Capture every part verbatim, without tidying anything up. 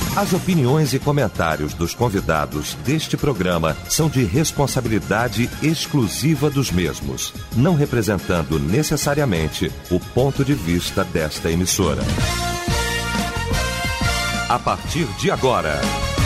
As opiniões e comentários dos convidados deste programa são de responsabilidade exclusiva dos mesmos, não representando necessariamente o ponto de vista desta emissora. A partir de agora,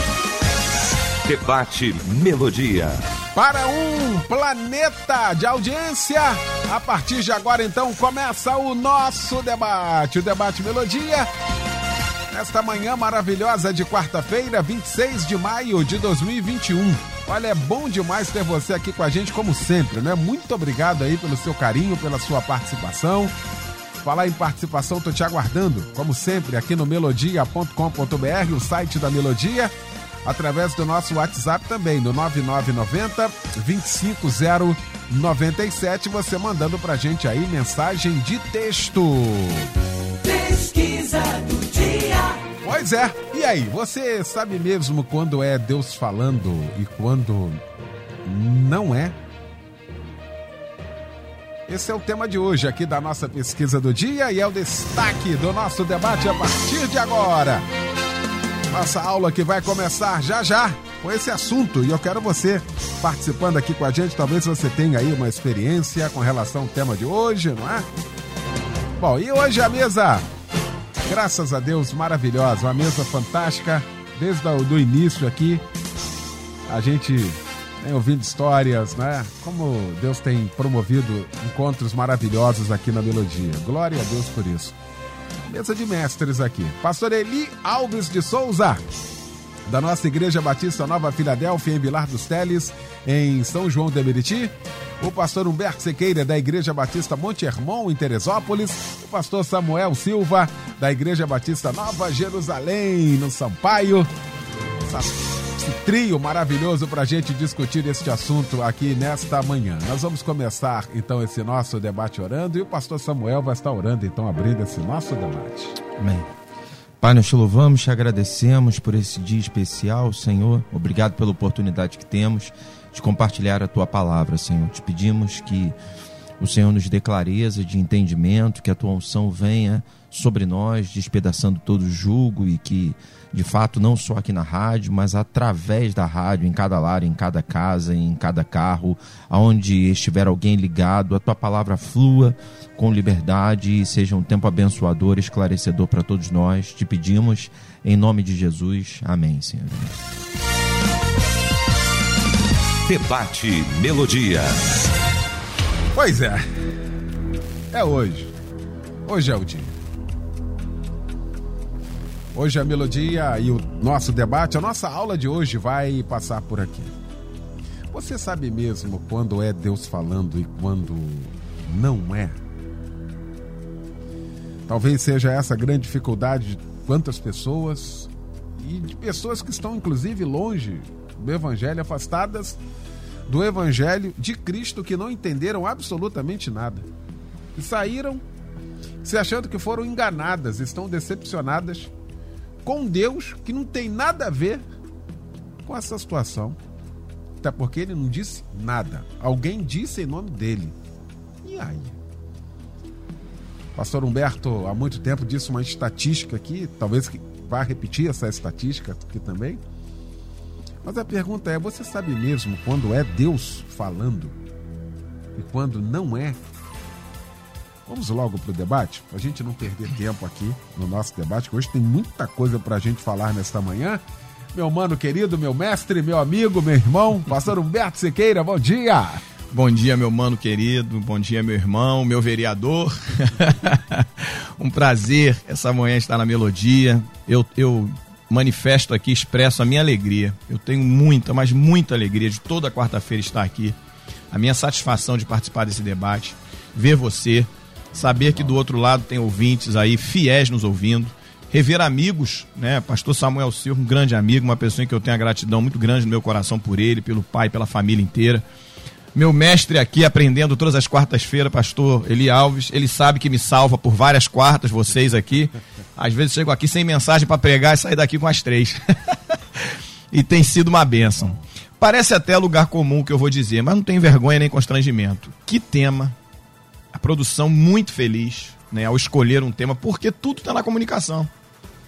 Debate Melodia. Para um planeta de audiência, a partir de agora então começa o nosso debate, o Debate Melodia. Nesta manhã maravilhosa de quarta-feira, vinte e seis de maio de dois mil e vinte e um. Olha, é bom demais ter você aqui com a gente, como sempre, né? Muito obrigado aí pelo seu carinho, pela sua participação. Falar em participação, tô te aguardando, como sempre, aqui no melodia ponto com ponto b r, o site da Melodia, através do nosso WhatsApp também, no nove nove nove zero, dois cinco zero nove sete, você mandando pra gente aí mensagem de texto. Pesquisa do dia. Pois é, e aí, você sabe mesmo quando é Deus falando e quando não é? Esse é o tema de hoje aqui da nossa pesquisa do dia e é o destaque do nosso debate a partir de agora. Nossa aula que vai começar já já com esse assunto e eu quero você participando aqui com a gente. Talvez você tenha aí uma experiência com relação ao tema de hoje, não é? Bom, e hoje a mesa, graças a Deus, maravilhosa, uma mesa fantástica. Desde o do início aqui, a gente tem ouvido histórias, né? Como Deus tem promovido encontros maravilhosos aqui na Melodia. Glória a Deus por isso. Mesa de mestres aqui. Pastor Eli Alves de Souza, da nossa Igreja Batista Nova Filadélfia, em Vilar dos Teles, em São João de Meriti. O pastor Humberto Sequeira, da Igreja Batista Monte Hermon, em Teresópolis. O pastor Samuel Silva, da Igreja Batista Nova Jerusalém, no Sampaio. Esse trio maravilhoso para a gente discutir este assunto aqui nesta manhã. Nós vamos começar então esse nosso debate orando e o pastor Samuel vai estar orando, então abrindo esse nosso debate. Amém. Pai, nós te louvamos, te agradecemos por esse dia especial, Senhor. Obrigado pela oportunidade que temos de compartilhar a tua palavra, Senhor. Te pedimos que o Senhor nos dê clareza de entendimento, que a tua unção venha sobre nós, despedaçando todo o jugo e que, de fato, não só aqui na rádio, mas através da rádio, em cada lar, em cada casa, em cada carro, aonde estiver alguém ligado, a tua palavra flua com liberdade e seja um tempo abençoador, esclarecedor para todos nós. Te pedimos em nome de Jesus. Amém, Senhor. Debate Melodia. Pois é, é hoje. Hoje é o dia. Hoje a Melodia e o nosso debate, a nossa aula de hoje vai passar por aqui. Você sabe mesmo quando é Deus falando e quando não é? Talvez seja essa a grande dificuldade de quantas pessoas e de pessoas que estão inclusive longe do Evangelho, afastadas do Evangelho de Cristo, que não entenderam absolutamente nada. E saíram se achando que foram enganadas, estão decepcionadas com Deus, que não tem nada a ver com essa situação. Até porque ele não disse nada. Alguém disse em nome dele. E aí? Pastor Humberto, há muito tempo, disse uma estatística aqui, talvez que vá repetir essa estatística aqui também. Mas a pergunta é, você sabe mesmo quando é Deus falando e quando não é? Vamos logo para o debate, para a gente não perder tempo aqui no nosso debate, que hoje tem muita coisa para a gente falar nesta manhã. Meu mano querido, meu mestre, meu amigo, meu irmão, pastor Humberto Sequeira, bom dia! Bom dia, meu mano querido, bom dia, meu irmão, meu vereador. Um prazer essa manhã estar na Melodia. Eu, eu manifesto aqui, expresso a minha alegria. Eu tenho muita, mas muita alegria de toda quarta-feira estar aqui. A minha satisfação de participar desse debate, ver você, saber que do outro lado tem ouvintes aí fiéis nos ouvindo, rever amigos, né? Pastor Samuel Silva, um grande amigo, uma pessoa em que eu tenho a gratidão muito grande no meu coração por ele, pelo pai, pela família inteira. Meu mestre aqui, aprendendo todas as quartas-feiras, pastor Eli Alves, ele sabe que me salva por várias quartas, vocês aqui. Às vezes chego aqui sem mensagem para pregar e sair daqui com as três. E tem sido uma bênção. Parece até lugar comum o que eu vou dizer, mas não tem vergonha nem constrangimento. Que tema! A produção muito feliz, né, ao escolher um tema, porque tudo está na comunicação.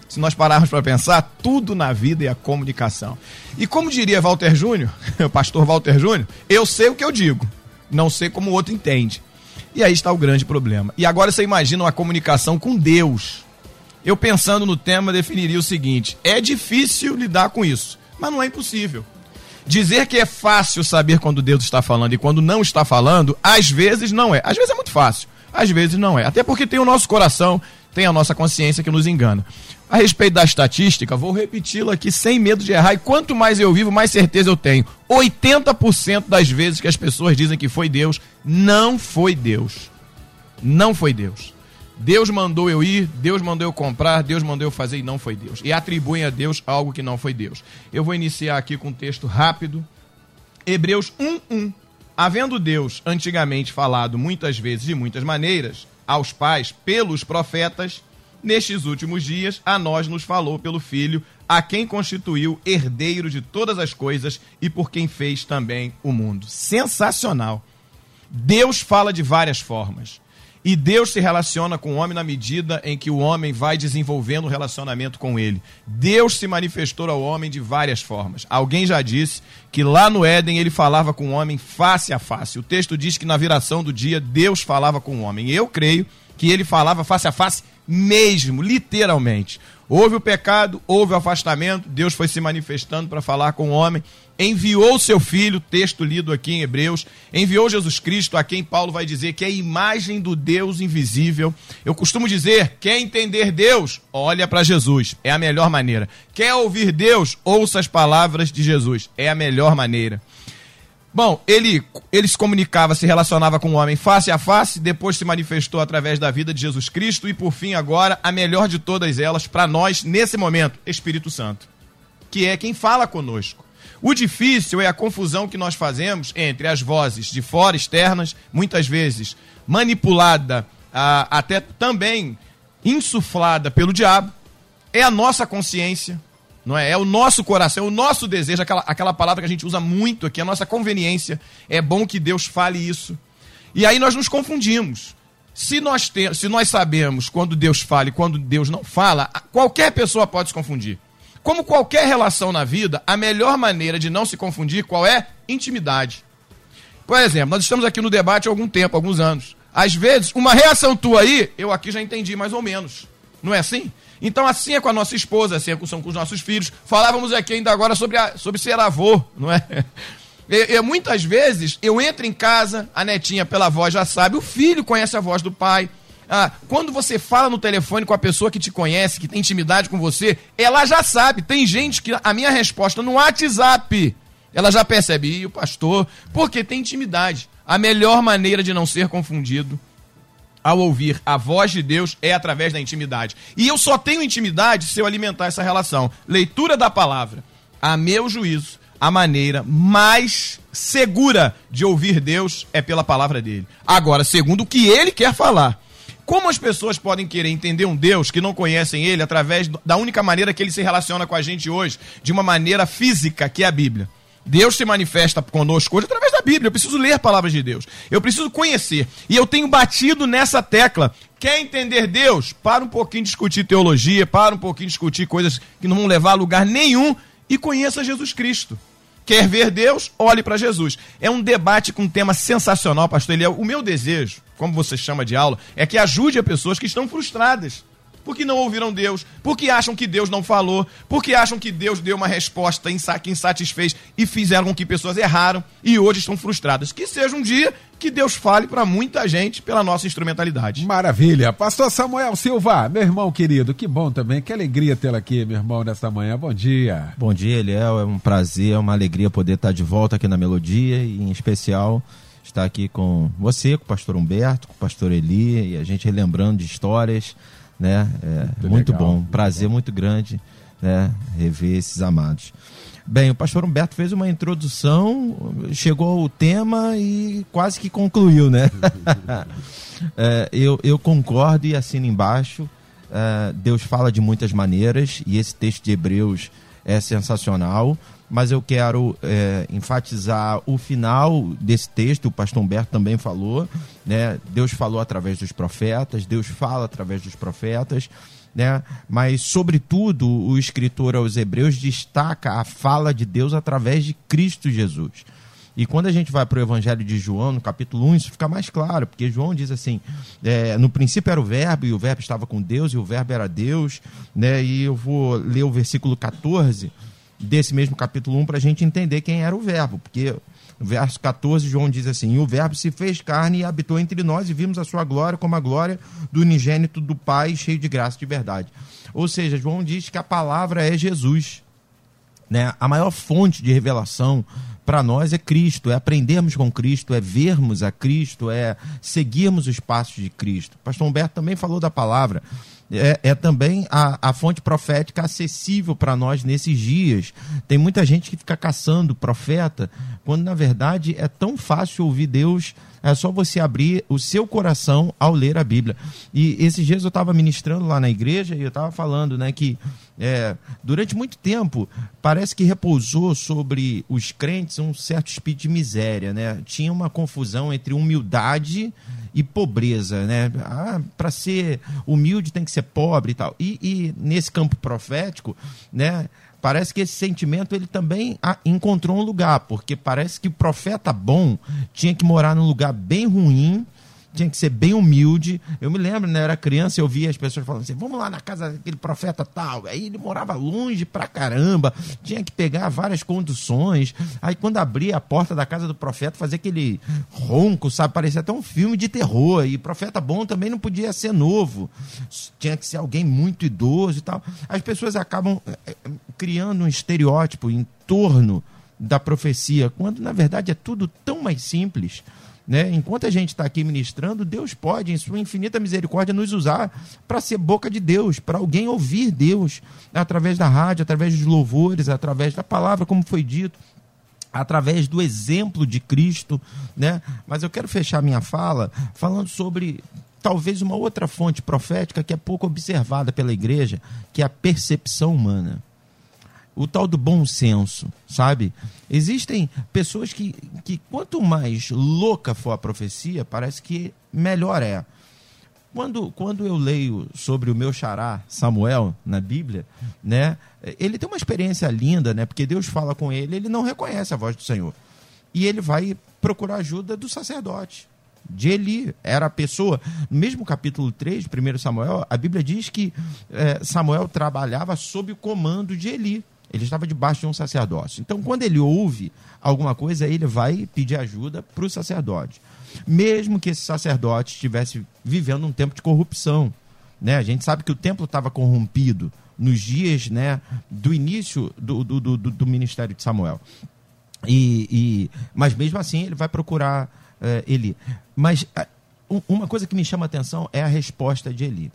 Se nós pararmos para pensar, tudo na vida é a comunicação. E como diria Walter Júnior, o pastor Walter Júnior, eu sei o que eu digo, não sei como o outro entende. E aí está o grande problema. E agora você imagina uma comunicação com Deus. Eu, pensando no tema, definiria o seguinte: é difícil lidar com isso, mas não é impossível. Dizer que é fácil saber quando Deus está falando e quando não está falando, às vezes não é. Às vezes é muito fácil, às vezes não é. Até porque tem o nosso coração, tem a nossa consciência que nos engana. A respeito da estatística, vou repeti-la aqui sem medo de errar, e quanto mais eu vivo, mais certeza eu tenho. oitenta por cento das vezes que as pessoas dizem que foi Deus, não foi Deus. Não foi Deus. Deus mandou eu ir, Deus mandou eu comprar, Deus mandou eu fazer e não foi Deus. E atribuem a Deus algo que não foi Deus. Eu vou iniciar aqui com um texto rápido. Hebreus um, um. Havendo Deus antigamente falado muitas vezes de muitas maneiras aos pais pelos profetas, nestes últimos dias a nós nos falou pelo Filho, a quem constituiu herdeiro de todas as coisas e por quem fez também o mundo. Sensacional. Deus fala de várias formas. E Deus se relaciona com o homem na medida em que o homem vai desenvolvendo um relacionamento com ele. Deus se manifestou ao homem de várias formas. Alguém já disse que lá no Éden ele falava com o homem face a face. O texto diz que na viração do dia Deus falava com o homem. Eu creio que ele falava face a face mesmo, literalmente. Houve o pecado, houve o afastamento, Deus foi se manifestando para falar com o homem, enviou o seu filho, texto lido aqui em Hebreus, enviou Jesus Cristo, a quem Paulo vai dizer que é a imagem do Deus invisível. Eu costumo dizer, quer entender Deus? Olha para Jesus, é a melhor maneira. Quer ouvir Deus? Ouça as palavras de Jesus, é a melhor maneira. Bom, ele, ele se comunicava, se relacionava com o homem face a face, depois se manifestou através da vida de Jesus Cristo e, por fim, agora, a melhor de todas elas, para nós, nesse momento, Espírito Santo, que é quem fala conosco. O difícil é a confusão que nós fazemos entre as vozes de fora, externas, muitas vezes manipulada, ah, até também insuflada pelo diabo, é a nossa consciência, não é? É o nosso coração, é o nosso desejo, aquela, aquela palavra que a gente usa muito aqui, a nossa conveniência. É bom que Deus fale isso. E aí nós nos confundimos. Se nós, te, se nós sabemos quando Deus fala e quando Deus não fala, qualquer pessoa pode se confundir. Como qualquer relação na vida, a melhor maneira de não se confundir, qual é? Intimidade. Por exemplo, nós estamos aqui no debate há algum tempo, alguns anos. Às vezes, uma reação tua aí, eu aqui já entendi mais ou menos. Não é assim? Então assim é com a nossa esposa, assim é com, são com os nossos filhos. Falávamos aqui ainda agora sobre, a, sobre ser avô, não é? E, e, muitas vezes eu entro em casa, a netinha pela voz já sabe, o filho conhece a voz do pai. Ah, quando você fala no telefone com a pessoa que te conhece, que tem intimidade com você, ela já sabe. Tem gente que a minha resposta no WhatsApp, ela já percebe, e o pastor, porque tem intimidade. A melhor maneira de não ser confundido ao ouvir a voz de Deus é através da intimidade. E eu só tenho intimidade se eu alimentar essa relação. Leitura da palavra. A meu juízo, a maneira mais segura de ouvir Deus é pela palavra dele. Agora, segundo o que ele quer falar. Como as pessoas podem querer entender um Deus que não conhecem ele através da única maneira que ele se relaciona com a gente hoje, de uma maneira física, que é a Bíblia? Deus se manifesta conosco hoje através da Bíblia. Eu preciso ler palavras de Deus. Eu preciso conhecer. E eu tenho batido nessa tecla. Quer entender Deus? Para um pouquinho de discutir teologia, para um pouquinho de discutir coisas que não vão levar a lugar nenhum e conheça Jesus Cristo. Quer ver Deus? Olhe para Jesus. É um debate com um tema sensacional, pastor Eliel. O meu desejo, como você chama de aula, é que ajude a pessoas que estão frustradas. Porque não ouviram Deus, porque acham que Deus não falou, porque acham que Deus deu uma resposta que insatisfez e fizeram com que pessoas erraram e hoje estão frustradas. Que seja um dia que Deus fale para muita gente pela nossa instrumentalidade. Maravilha. Pastor Samuel Silva, meu irmão querido, que bom também, que alegria tê-lo aqui, meu irmão, nesta manhã. Bom dia. Bom dia, Eliel. É um prazer, é uma alegria poder estar de volta aqui na Melodia e, em especial, estar aqui com você, com o pastor Humberto, com o pastor Eli, e a gente relembrando de histórias, né? É muito, muito legal, bom, prazer muito grande, né? Rever esses amados. Bem, o pastor Humberto fez uma introdução, chegou ao tema e quase que concluiu, né? é, eu, eu concordo e assino embaixo. É, Deus fala de muitas maneiras e esse texto de Hebreus é sensacional, mas eu quero é, enfatizar o final desse texto. O pastor Humberto também falou, né? Deus falou através dos profetas, Deus fala através dos profetas, né? Mas, sobretudo, o escritor aos Hebreus destaca a fala de Deus através de Cristo Jesus. E quando a gente vai para o Evangelho de João, no capítulo um, isso fica mais claro, porque João diz assim, é, no princípio era o verbo, e o verbo estava com Deus, e o verbo era Deus, né? E eu vou ler o versículo catorze desse mesmo capítulo um para a gente entender quem era o verbo, porque no verso catorze, João diz assim, e o verbo se fez carne e habitou entre nós, e vimos a sua glória como a glória do unigênito do Pai, cheio de graça e de verdade. Ou seja, João diz que a palavra é Jesus, né? A maior fonte de revelação para nós é Cristo, é aprendermos com Cristo, é vermos a Cristo, é seguirmos os passos de Cristo. O pastor Humberto também falou da palavra, é, é também a, a fonte profética acessível para nós nesses dias. Tem muita gente que fica caçando profeta, quando na verdade é tão fácil ouvir Deus, é só você abrir o seu coração ao ler a Bíblia. E esses dias eu estava ministrando lá na igreja e eu estava falando, né, que é, durante muito tempo parece que repousou sobre os crentes um certo espírito de miséria, né? Tinha uma confusão entre humildade e pobreza, né? Ah, para ser humilde tem que ser pobre e tal. E, e nesse campo profético, né, parece que esse sentimento ele também encontrou um lugar, porque parece que o profeta bom tinha que morar num lugar bem ruim, tinha que ser bem humilde. Eu me lembro, né, eu era criança, eu via as pessoas falando assim, vamos lá na casa daquele profeta tal. Aí ele morava longe pra caramba, tinha que pegar várias conduções. Aí quando abria a porta da casa do profeta, fazia aquele ronco, sabe, parecia até um filme de terror. E profeta bom também não podia ser novo, tinha que ser alguém muito idoso e tal. As pessoas acabam criando um estereótipo em torno da profecia, quando na verdade é tudo tão mais simples, né? Enquanto a gente está aqui ministrando, Deus pode, em sua infinita misericórdia, nos usar para ser boca de Deus, para alguém ouvir Deus, através da rádio, através dos louvores, através da palavra, como foi dito, através do exemplo de Cristo, né? Mas eu quero fechar minha fala falando sobre talvez uma outra fonte profética que é pouco observada pela igreja, que é a percepção humana. O tal do bom senso, sabe? Existem pessoas que, que quanto mais louca for a profecia, parece que melhor é. Quando, quando eu leio sobre o meu xará, Samuel, na Bíblia, né, ele tem uma experiência linda, né, porque Deus fala com ele, ele não reconhece a voz do Senhor. E ele vai procurar ajuda do sacerdote, de Eli, era a pessoa. No mesmo capítulo três de primeiro Samuel, a Bíblia diz que é, Samuel trabalhava sob o comando de Eli. Ele estava debaixo de um sacerdócio. Então, quando ele ouve alguma coisa, ele vai pedir ajuda para o sacerdote. Mesmo que esse sacerdote estivesse vivendo um tempo de corrupção, né? A gente sabe que o templo estava corrompido nos dias, né, do início do, do, do, do ministério de Samuel. E, e, mas mesmo assim, ele vai procurar é, Eli. Mas uma coisa que me chama a atenção é a resposta de Eli.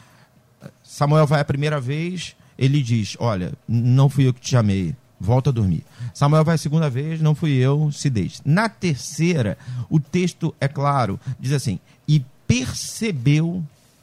Samuel vai a primeira vez... Ele diz, olha, não fui eu que te chamei, volta a dormir. Samuel vai a segunda vez, não fui eu, se deixe. Na terceira, o texto é claro, diz assim, e percebeu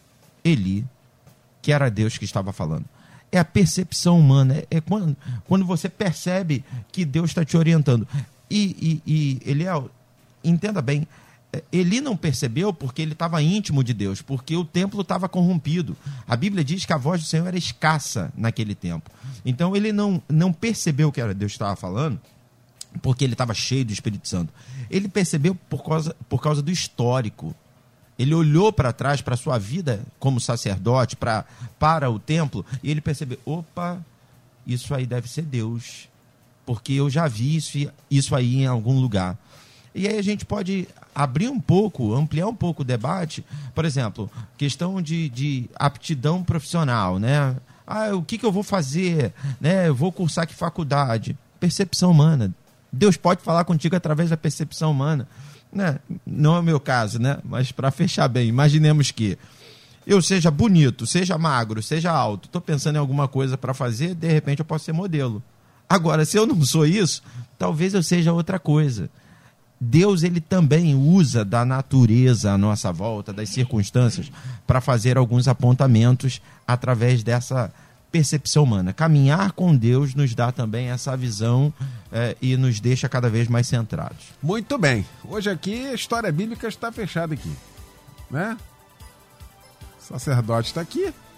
Eli que era Deus que estava falando. É a percepção humana, é, é quando, quando você percebe que Deus está te orientando. E, e, e Eliel, entenda bem, Eli não percebeu porque ele estava íntimo de Deus, porque o templo estava corrompido. A Bíblia diz que a voz do Senhor era escassa naquele tempo. Então ele não, não percebeu que era Deus que estava falando, porque ele estava cheio do Espírito Santo. Ele percebeu por causa, por causa do histórico. Ele olhou para trás, para a sua vida como sacerdote, pra, para o templo, e ele percebeu, opa, isso aí deve ser Deus, porque eu já vi isso, isso aí em algum lugar. E aí a gente pode abrir um pouco, ampliar um pouco o debate, por exemplo, questão de, de aptidão profissional, né? Ah, o que, que eu vou fazer? Né? Eu vou cursar que faculdade? Percepção humana. Deus pode falar contigo através da percepção humana. Né? Não é o meu caso, né? Mas para fechar bem, imaginemos que eu seja bonito, seja magro, seja alto, estou pensando em alguma coisa para fazer, de repente eu posso ser modelo. Agora, se eu não sou isso, talvez eu seja outra coisa. Deus, ele também usa da natureza à nossa volta, das circunstâncias, para fazer alguns apontamentos através dessa percepção humana. Caminhar com Deus nos dá também essa visão é, e nos deixa cada vez mais centrados. Muito bem. Hoje aqui a história bíblica está fechada aqui, né? O sacerdote está aqui,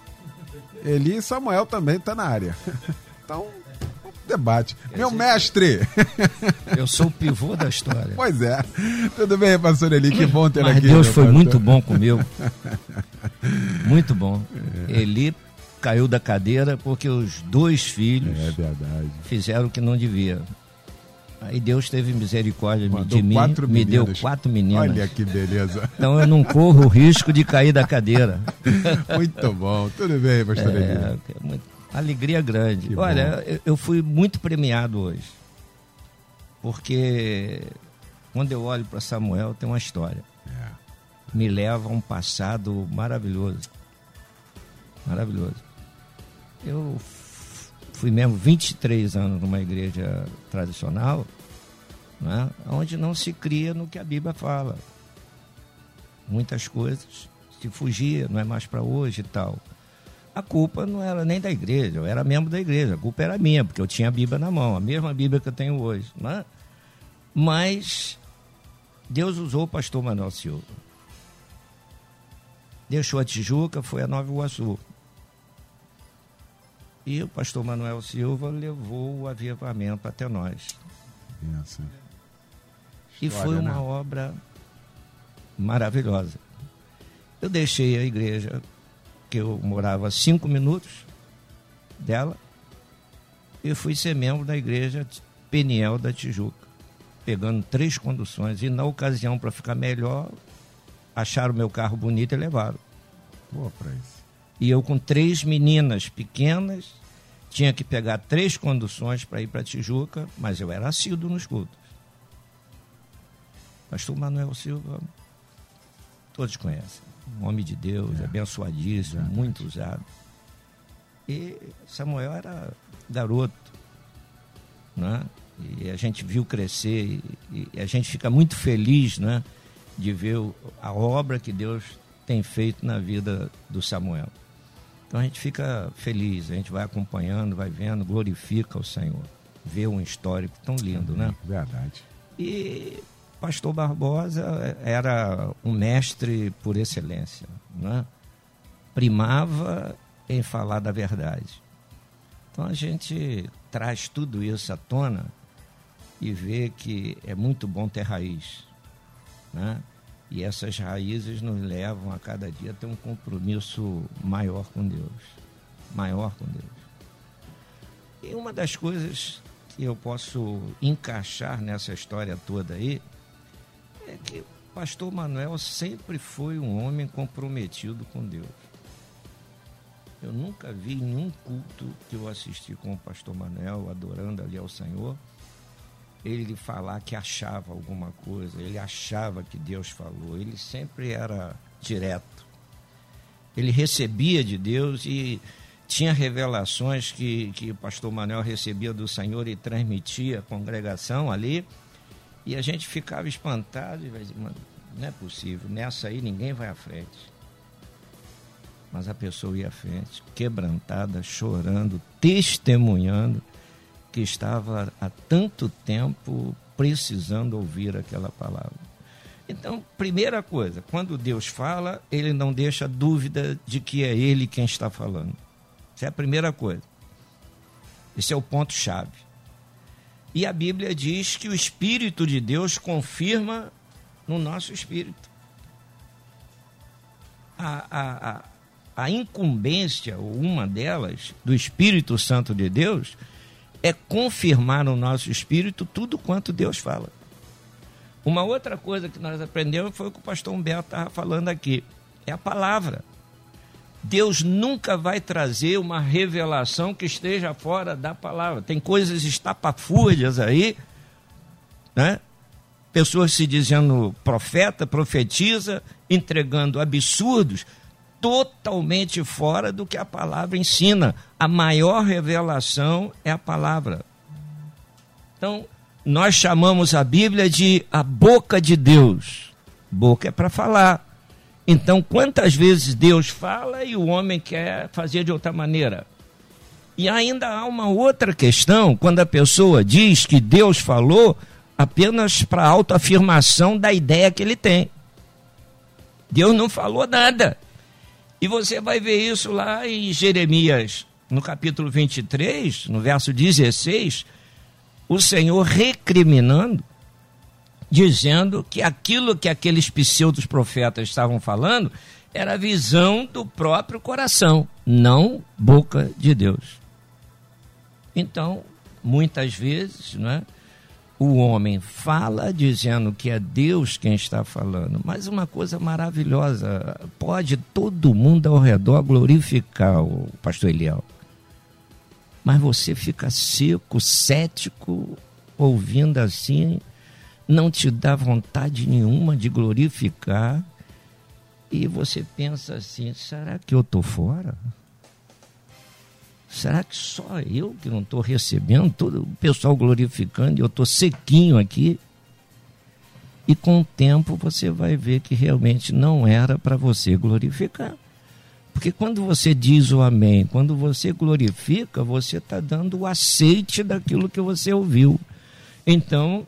Eli e Samuel também está na área. Então, debate. Meu mestre! Eu sou o pivô da história. Pois é. Tudo bem, pastor Eli? Que bom ter Mas aqui. Deus foi pastor. muito bom comigo. Muito bom. É. Eli caiu da cadeira porque os dois filhos é verdade. fizeram o que não devia. Aí Deus teve misericórdia Mandou de mim, quatro me meninas. deu quatro meninas. Olha que beleza. Então eu não corro o risco de cair da cadeira. Muito bom. Tudo bem, pastor Eli? É, muito, alegria grande. Que Olha, eu, eu fui muito premiado hoje. Porque quando eu olho para Samuel, tem uma história. É. Me leva a um passado maravilhoso. Maravilhoso. Eu fui mesmo vinte e três anos numa igreja tradicional, né, onde não se cria no que a Bíblia fala. Muitas coisas se fugia, não é mais para hoje e tal. A culpa não era nem da igreja, eu era membro da igreja, a culpa era minha, porque eu tinha a Bíblia na mão, a mesma Bíblia que eu tenho hoje. Né? Mas Deus usou o pastor Manuel Silva. Deixou a Tijuca, foi a Nova Iguaçu. E o pastor Manuel Silva levou o avivamento até nós. Isso. E História, foi uma né? obra maravilhosa. Eu deixei a igreja, que eu morava a cinco minutos dela, e fui ser membro da igreja Peniel da Tijuca, pegando três conduções. E na ocasião, para ficar melhor, acharam o meu carro bonito e levaram. Boa pra isso. E eu com três meninas pequenas, tinha que pegar três conduções para ir para Tijuca, mas eu era assíduo nos cultos. Pastor Manuel Silva, todos conhecem. Um homem de Deus, é. abençoadíssimo, é. muito usado. E Samuel era garoto, né? E a gente viu crescer, e, e a gente fica muito feliz, né, de ver a obra que Deus tem feito na vida do Samuel. Então a gente fica feliz, a gente vai acompanhando, vai vendo, glorifica o Senhor. Vê um histórico tão lindo, né? Verdade. E pastor Barbosa era um mestre por excelência, né? Primava em falar da verdade. Então a gente traz tudo isso à tona e vê que é muito bom ter raiz, né? E essas raízes nos levam a cada dia a ter um compromisso maior com Deus. Maior com Deus. E uma das coisas que eu posso encaixar nessa história toda aí é que o pastor Manuel sempre foi um homem comprometido com Deus. Eu nunca vi nenhum culto que eu assisti com o pastor Manuel, adorando ali ao Senhor, ele falar que achava alguma coisa, ele achava que Deus falou, ele sempre era direto. Ele recebia de Deus e tinha revelações que, que o pastor Manuel recebia do Senhor e transmitia à congregação ali, e a gente ficava espantado e dizia, não é possível, nessa aí ninguém vai à frente. Mas a pessoa ia à frente, quebrantada, chorando, testemunhando, que estava há tanto tempo precisando ouvir aquela palavra. Então, primeira coisa, quando Deus fala, ele não deixa dúvida de que é ele quem está falando. Essa é a primeira coisa. Esse é o ponto-chave. E a Bíblia diz que o Espírito de Deus confirma no nosso espírito. A, a, a, a incumbência, ou uma delas, do Espírito Santo de Deus, é confirmar no nosso espírito tudo quanto Deus fala. Uma outra coisa que nós aprendemos foi o que o pastor Humberto estava falando aqui. É a palavra. Deus nunca vai trazer uma revelação que esteja fora da palavra. Tem coisas estapafúrdias aí, né? Pessoas se dizendo profeta, profetiza, entregando absurdos, totalmente fora do que a palavra ensina. A maior revelação é a palavra. Então, nós chamamos a Bíblia de a boca de Deus. Boca é para falar. Então, quantas vezes Deus fala e o homem quer fazer de outra maneira? E ainda há uma outra questão, quando a pessoa diz que Deus falou apenas para autoafirmação da ideia que ele tem. Deus não falou nada. E você vai ver isso lá em Jeremias, no capítulo vinte e três, no verso dezesseis, o Senhor recriminando, dizendo que aquilo que aqueles pseudos profetas estavam falando era a visão do próprio coração, não boca de Deus. Então, muitas vezes, não é? O homem fala dizendo que é Deus quem está falando, mas uma coisa maravilhosa, pode todo mundo ao redor glorificar o pastor Eliel, mas você fica seco, cético, ouvindo assim, não te dá vontade nenhuma de glorificar, e você pensa assim, será que eu estou fora? Será que só eu que não estou recebendo todo o pessoal glorificando e eu estou sequinho aqui? E com o tempo você vai ver que realmente não era para você glorificar. Porque quando você diz o amém, quando você glorifica, você está dando o aceite daquilo que você ouviu. Então,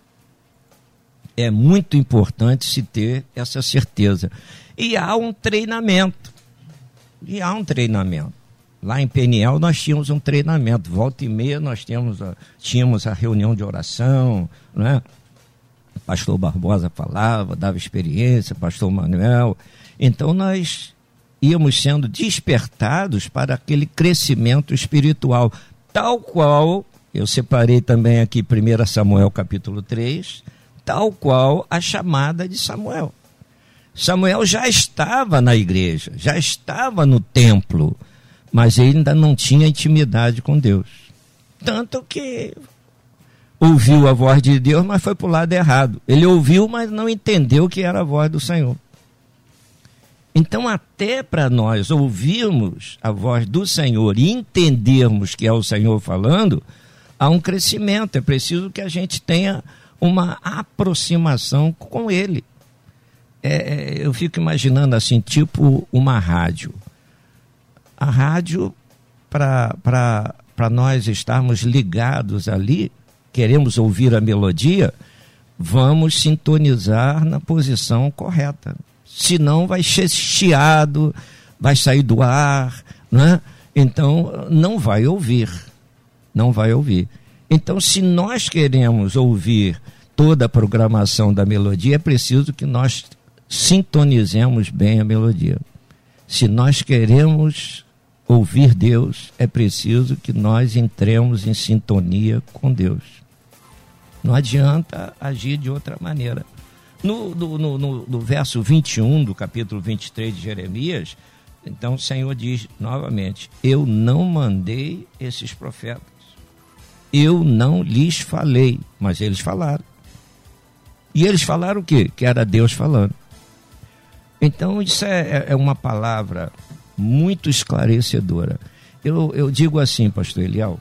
é muito importante se ter essa certeza. E há um treinamento. E há um treinamento. Lá em Peniel nós tínhamos um treinamento, volta e meia nós tínhamos a, tínhamos a reunião de oração, né? O pastor Barbosa falava, dava experiência, pastor Manuel. Então nós íamos sendo despertados para aquele crescimento espiritual, tal qual, eu separei também aqui primeiro Samuel capítulo três, tal qual a chamada de Samuel. Samuel já estava na igreja, já estava no templo, mas ele ainda não tinha intimidade com Deus. Tanto que ouviu a voz de Deus, mas foi para o lado errado. Ele ouviu, mas não entendeu que era a voz do Senhor. Então, até para nós ouvirmos a voz do Senhor e entendermos que é o Senhor falando, há um crescimento. É preciso que a gente tenha uma aproximação com Ele. É, eu fico imaginando assim, tipo uma rádio. A rádio, para nós estarmos ligados ali, queremos ouvir a melodia, vamos sintonizar na posição correta. Senão vai ser chiado, vai sair do ar, né? Então não vai ouvir, não vai ouvir. Então, se nós queremos ouvir toda a programação da melodia, é preciso que nós sintonizemos bem a melodia. Se nós queremos ouvir Deus, é preciso que nós entremos em sintonia com Deus. Não adianta agir de outra maneira. No, no, no, no, no verso vinte e um do capítulo vinte e três de Jeremias, então o Senhor diz novamente, eu não mandei esses profetas, eu não lhes falei, mas eles falaram. E eles falaram o quê? Que era Deus falando. Então isso é, é uma palavra muito esclarecedora. Eu, eu digo assim, pastor Eliel,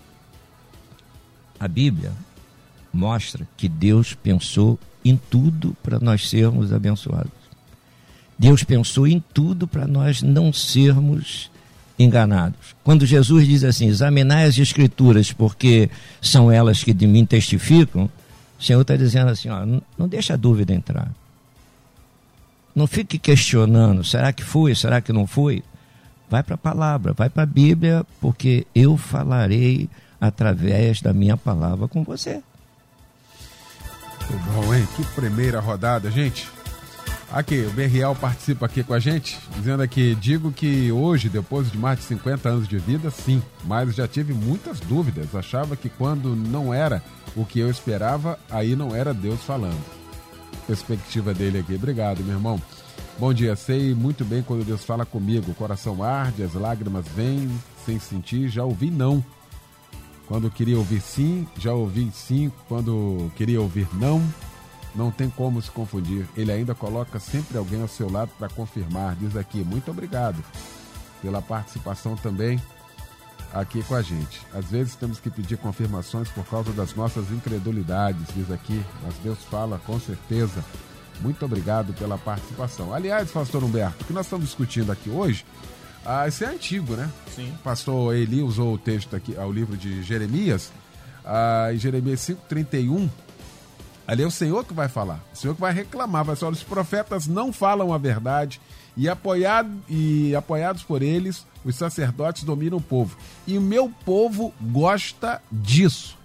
a Bíblia mostra que Deus pensou em tudo para nós sermos abençoados. Deus pensou em tudo para nós não sermos enganados. Quando Jesus diz assim, examinai as Escrituras, porque são elas que de mim testificam, o Senhor está dizendo assim, ó, não, não deixa a dúvida entrar. Não fique questionando, será que foi, será que não foi? Vai para a palavra, vai para a Bíblia, porque eu falarei através da minha palavra com você. Muito bom, hein? Que primeira rodada, gente. Aqui, o Berriel participa aqui com a gente, dizendo aqui, digo que hoje, depois de mais de cinquenta anos de vida, sim, mas já tive muitas dúvidas. Achava que quando não era o que eu esperava, aí não era Deus falando. Perspectiva dele aqui. Obrigado, meu irmão. Bom dia, sei muito bem quando Deus fala comigo. O coração arde, as lágrimas vêm sem sentir, já ouvi não. Quando queria ouvir sim, já ouvi sim. Quando queria ouvir não, não tem como se confundir. Ele ainda coloca sempre alguém ao seu lado para confirmar. Diz aqui, muito obrigado pela participação também aqui com a gente. Às vezes temos que pedir confirmações por causa das nossas incredulidades, diz aqui, mas Deus fala com certeza. Muito obrigado pela participação. Aliás, pastor Humberto, o que nós estamos discutindo aqui hoje, ah, isso é antigo, né? Sim. O pastor Eli usou o texto aqui, o livro de Jeremias, ah, em Jeremias cinco, trinta e um, Ali é o Senhor que vai falar. O Senhor que vai reclamar. Vai falar, os profetas não falam a verdade. E, apoiado, e apoiados por eles, os sacerdotes dominam o povo. E o meu povo gosta disso.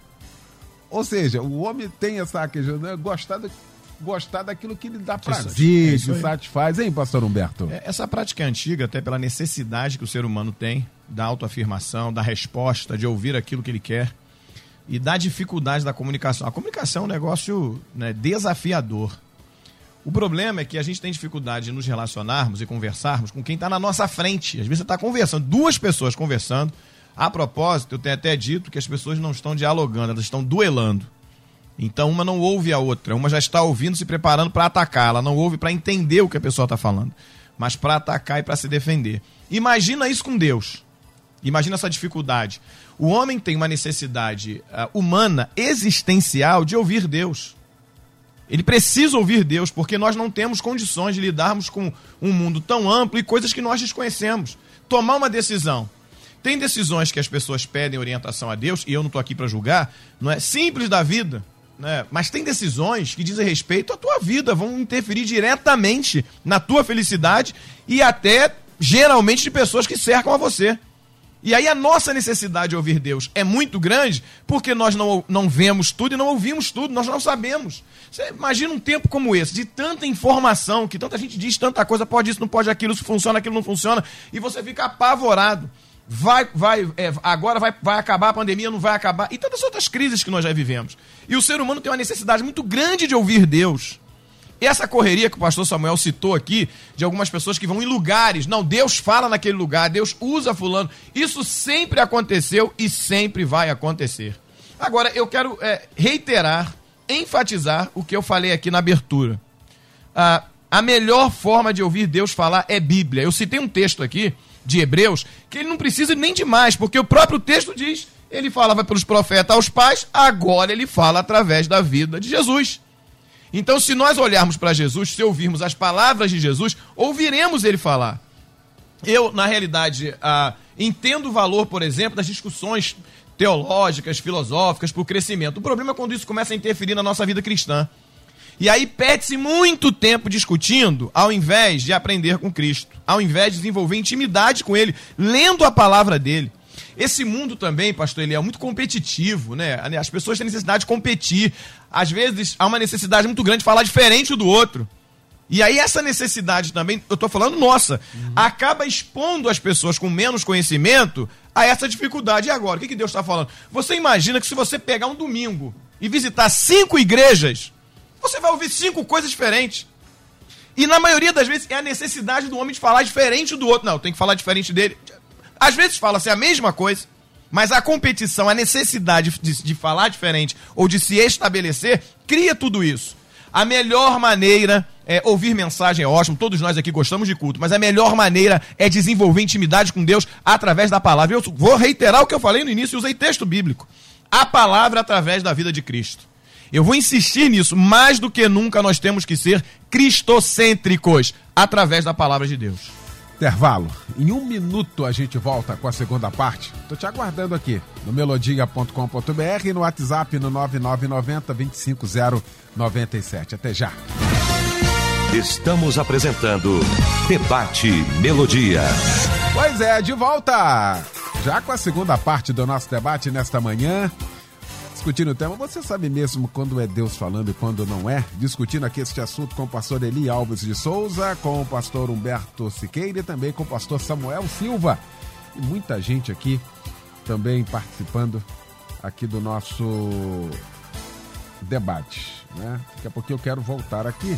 Ou seja, o homem tem essa questão, né? Gostar, do, gostar daquilo que lhe dá prazer, que satisfaz. Hein, pastor Humberto? Essa prática é antiga, até pela necessidade que o ser humano tem da autoafirmação, da resposta, de ouvir aquilo que ele quer. E da dificuldade da comunicação. A comunicação é um negócio, né, desafiador. O problema é que a gente tem dificuldade de nos relacionarmos e conversarmos com quem está na nossa frente. Às vezes você está conversando, duas pessoas conversando. A propósito, eu tenho até dito que as pessoas não estão dialogando, elas estão duelando. Então uma não ouve a outra, uma já está ouvindo, se preparando para atacar. Ela não ouve para entender o que a pessoa está falando, mas para atacar e para se defender. Imagina isso com Deus. Imagina essa dificuldade. O homem tem uma necessidade uh, humana, existencial, de ouvir Deus. Ele precisa ouvir Deus, porque nós não temos condições de lidarmos com um mundo tão amplo e coisas que nós desconhecemos. Tomar uma decisão. Tem decisões que as pessoas pedem orientação a Deus, e eu não estou aqui para julgar, não é simples da vida, né? Mas tem decisões que dizem respeito à tua vida, vão interferir diretamente na tua felicidade e até, geralmente, de pessoas que cercam a você. E aí a nossa necessidade de ouvir Deus é muito grande porque nós não, não vemos tudo e não ouvimos tudo, nós não sabemos. Você imagina um tempo como esse, de tanta informação, que tanta gente diz tanta coisa, pode isso, não pode aquilo, isso funciona, aquilo não funciona, e você fica apavorado. Vai, vai, é, agora vai, vai acabar a pandemia, não vai acabar, e tantas outras crises que nós já vivemos. E o ser humano tem uma necessidade muito grande de ouvir Deus. Essa correria que o pastor Samuel citou aqui, de algumas pessoas que vão em lugares, não, Deus fala naquele lugar, Deus usa fulano, isso sempre aconteceu e sempre vai acontecer. Agora, eu quero é, reiterar, enfatizar o que eu falei aqui na abertura. Ah, a melhor forma de ouvir Deus falar é Bíblia. Eu citei um texto aqui, de Hebreus, que ele não precisa nem de mais, porque o próprio texto diz, ele falava pelos profetas aos pais, agora ele fala através da vida de Jesus. Então, se nós olharmos para Jesus, se ouvirmos as palavras de Jesus, ouviremos ele falar. Eu, na realidade, ah, entendo o valor, por exemplo, das discussões teológicas, filosóficas, para o crescimento. O problema é quando isso começa a interferir na nossa vida cristã. E aí perde-se muito tempo discutindo, ao invés de aprender com Cristo, ao invés de desenvolver intimidade com Ele, lendo a palavra dele. Esse mundo também, pastor Eliel, é muito competitivo, né? As pessoas têm necessidade de competir. Às vezes, há uma necessidade muito grande de falar diferente do outro. E aí essa necessidade também, eu estou falando nossa, uhum. acaba expondo as pessoas com menos conhecimento a essa dificuldade. E agora, o que, que Deus está falando? Você imagina que se você pegar um domingo e visitar cinco igrejas, você vai ouvir cinco coisas diferentes. E na maioria das vezes é a necessidade do homem de falar diferente do outro. Não, tem que falar diferente dele. Às vezes fala-se a mesma coisa, mas a competição, a necessidade de, de falar diferente ou de se estabelecer, cria tudo isso. A melhor maneira é ouvir mensagem, é ótimo, todos nós aqui gostamos de culto, mas a melhor maneira é desenvolver intimidade com Deus através da palavra. Eu vou reiterar o que eu falei no início, usei texto bíblico. A palavra através da vida de Cristo. Eu vou insistir nisso, mais do que nunca nós temos que ser cristocêntricos através da palavra de Deus. Intervalo. Em um minuto a gente volta com a segunda parte. Tô te aguardando aqui no melodia ponto com ponto b r e no WhatsApp no nove nove nove zero, dois cinco zero, nove sete. Até já. Estamos apresentando Debate Melodia. Pois é, de volta. Já com a segunda parte do nosso debate nesta manhã. Discutindo o tema, você sabe mesmo quando é Deus falando e quando não é? Discutindo aqui este assunto com o pastor Eli Alves de Souza, com o pastor Humberto Siqueira e também com o pastor Samuel Silva. E muita gente aqui também participando aqui do nosso debate, né? Daqui a pouquinho eu quero voltar aqui.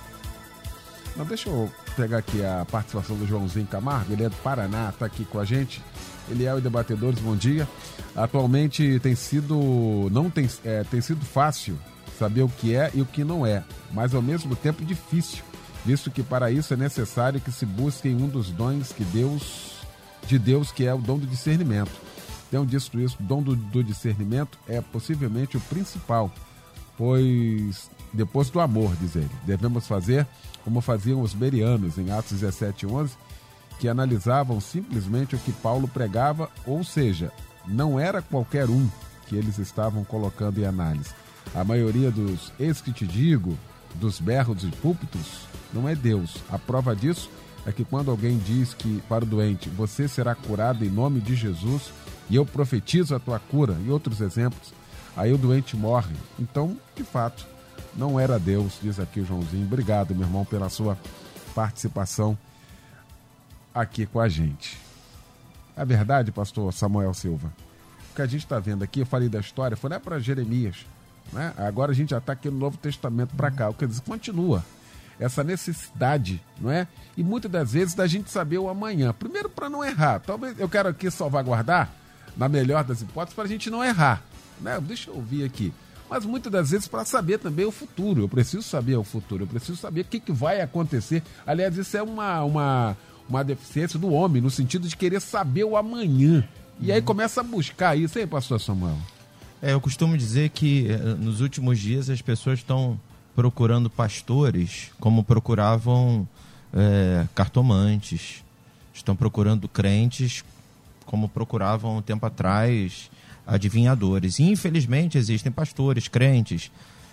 Não, deixa eu pegar aqui a participação do Joãozinho Camargo, ele é do Paraná, está aqui com a gente. Ele é o Debatedores, bom dia. Atualmente tem sido, não tem, é, tem sido fácil saber o que é e o que não é, mas ao mesmo tempo difícil, visto que para isso é necessário que se busque um dos dons que Deus, de Deus, que é o dom do discernimento. Então, dito isso, o dom do, do discernimento é possivelmente o principal, pois depois do amor, diz ele, devemos fazer como faziam os bereanos em Atos dezessete, onze, que analisavam simplesmente o que Paulo pregava, ou seja, não era qualquer um que eles estavam colocando em análise. A maioria dos eis que te digo, dos berros e púlpitos, não é Deus. A prova disso é que quando alguém diz que para o doente, você será curado em nome de Jesus, e eu profetizo a tua cura, e outros exemplos, aí o doente morre. Então, de fato, não era Deus, diz aqui o Joãozinho. Obrigado, meu irmão, pela sua participação aqui com a gente. É verdade, pastor Samuel Silva? O que a gente está vendo aqui, eu falei da história, foi lá para Jeremias, né? Agora a gente já está aqui no Novo Testamento para cá. Quer dizer, continua essa necessidade, não é? E muitas das vezes da gente saber o amanhã. Primeiro, para não errar. Talvez eu quero aqui salvaguardar, na melhor das hipóteses, para a gente não errar, né? Deixa eu ouvir aqui. Mas muitas das vezes para saber também o futuro. Eu preciso saber o futuro, eu preciso saber o que, que vai acontecer. Aliás, isso é uma, uma, uma deficiência do homem, no sentido de querer saber o amanhã. E aí começa a buscar isso, hein, pastor Samuel? É, eu costumo dizer que nos últimos dias as pessoas estão procurando pastores como procuravam é, cartomantes, estão procurando crentes como procuravam um tempo atrás adivinhadores. E, infelizmente, existem pastores, crentes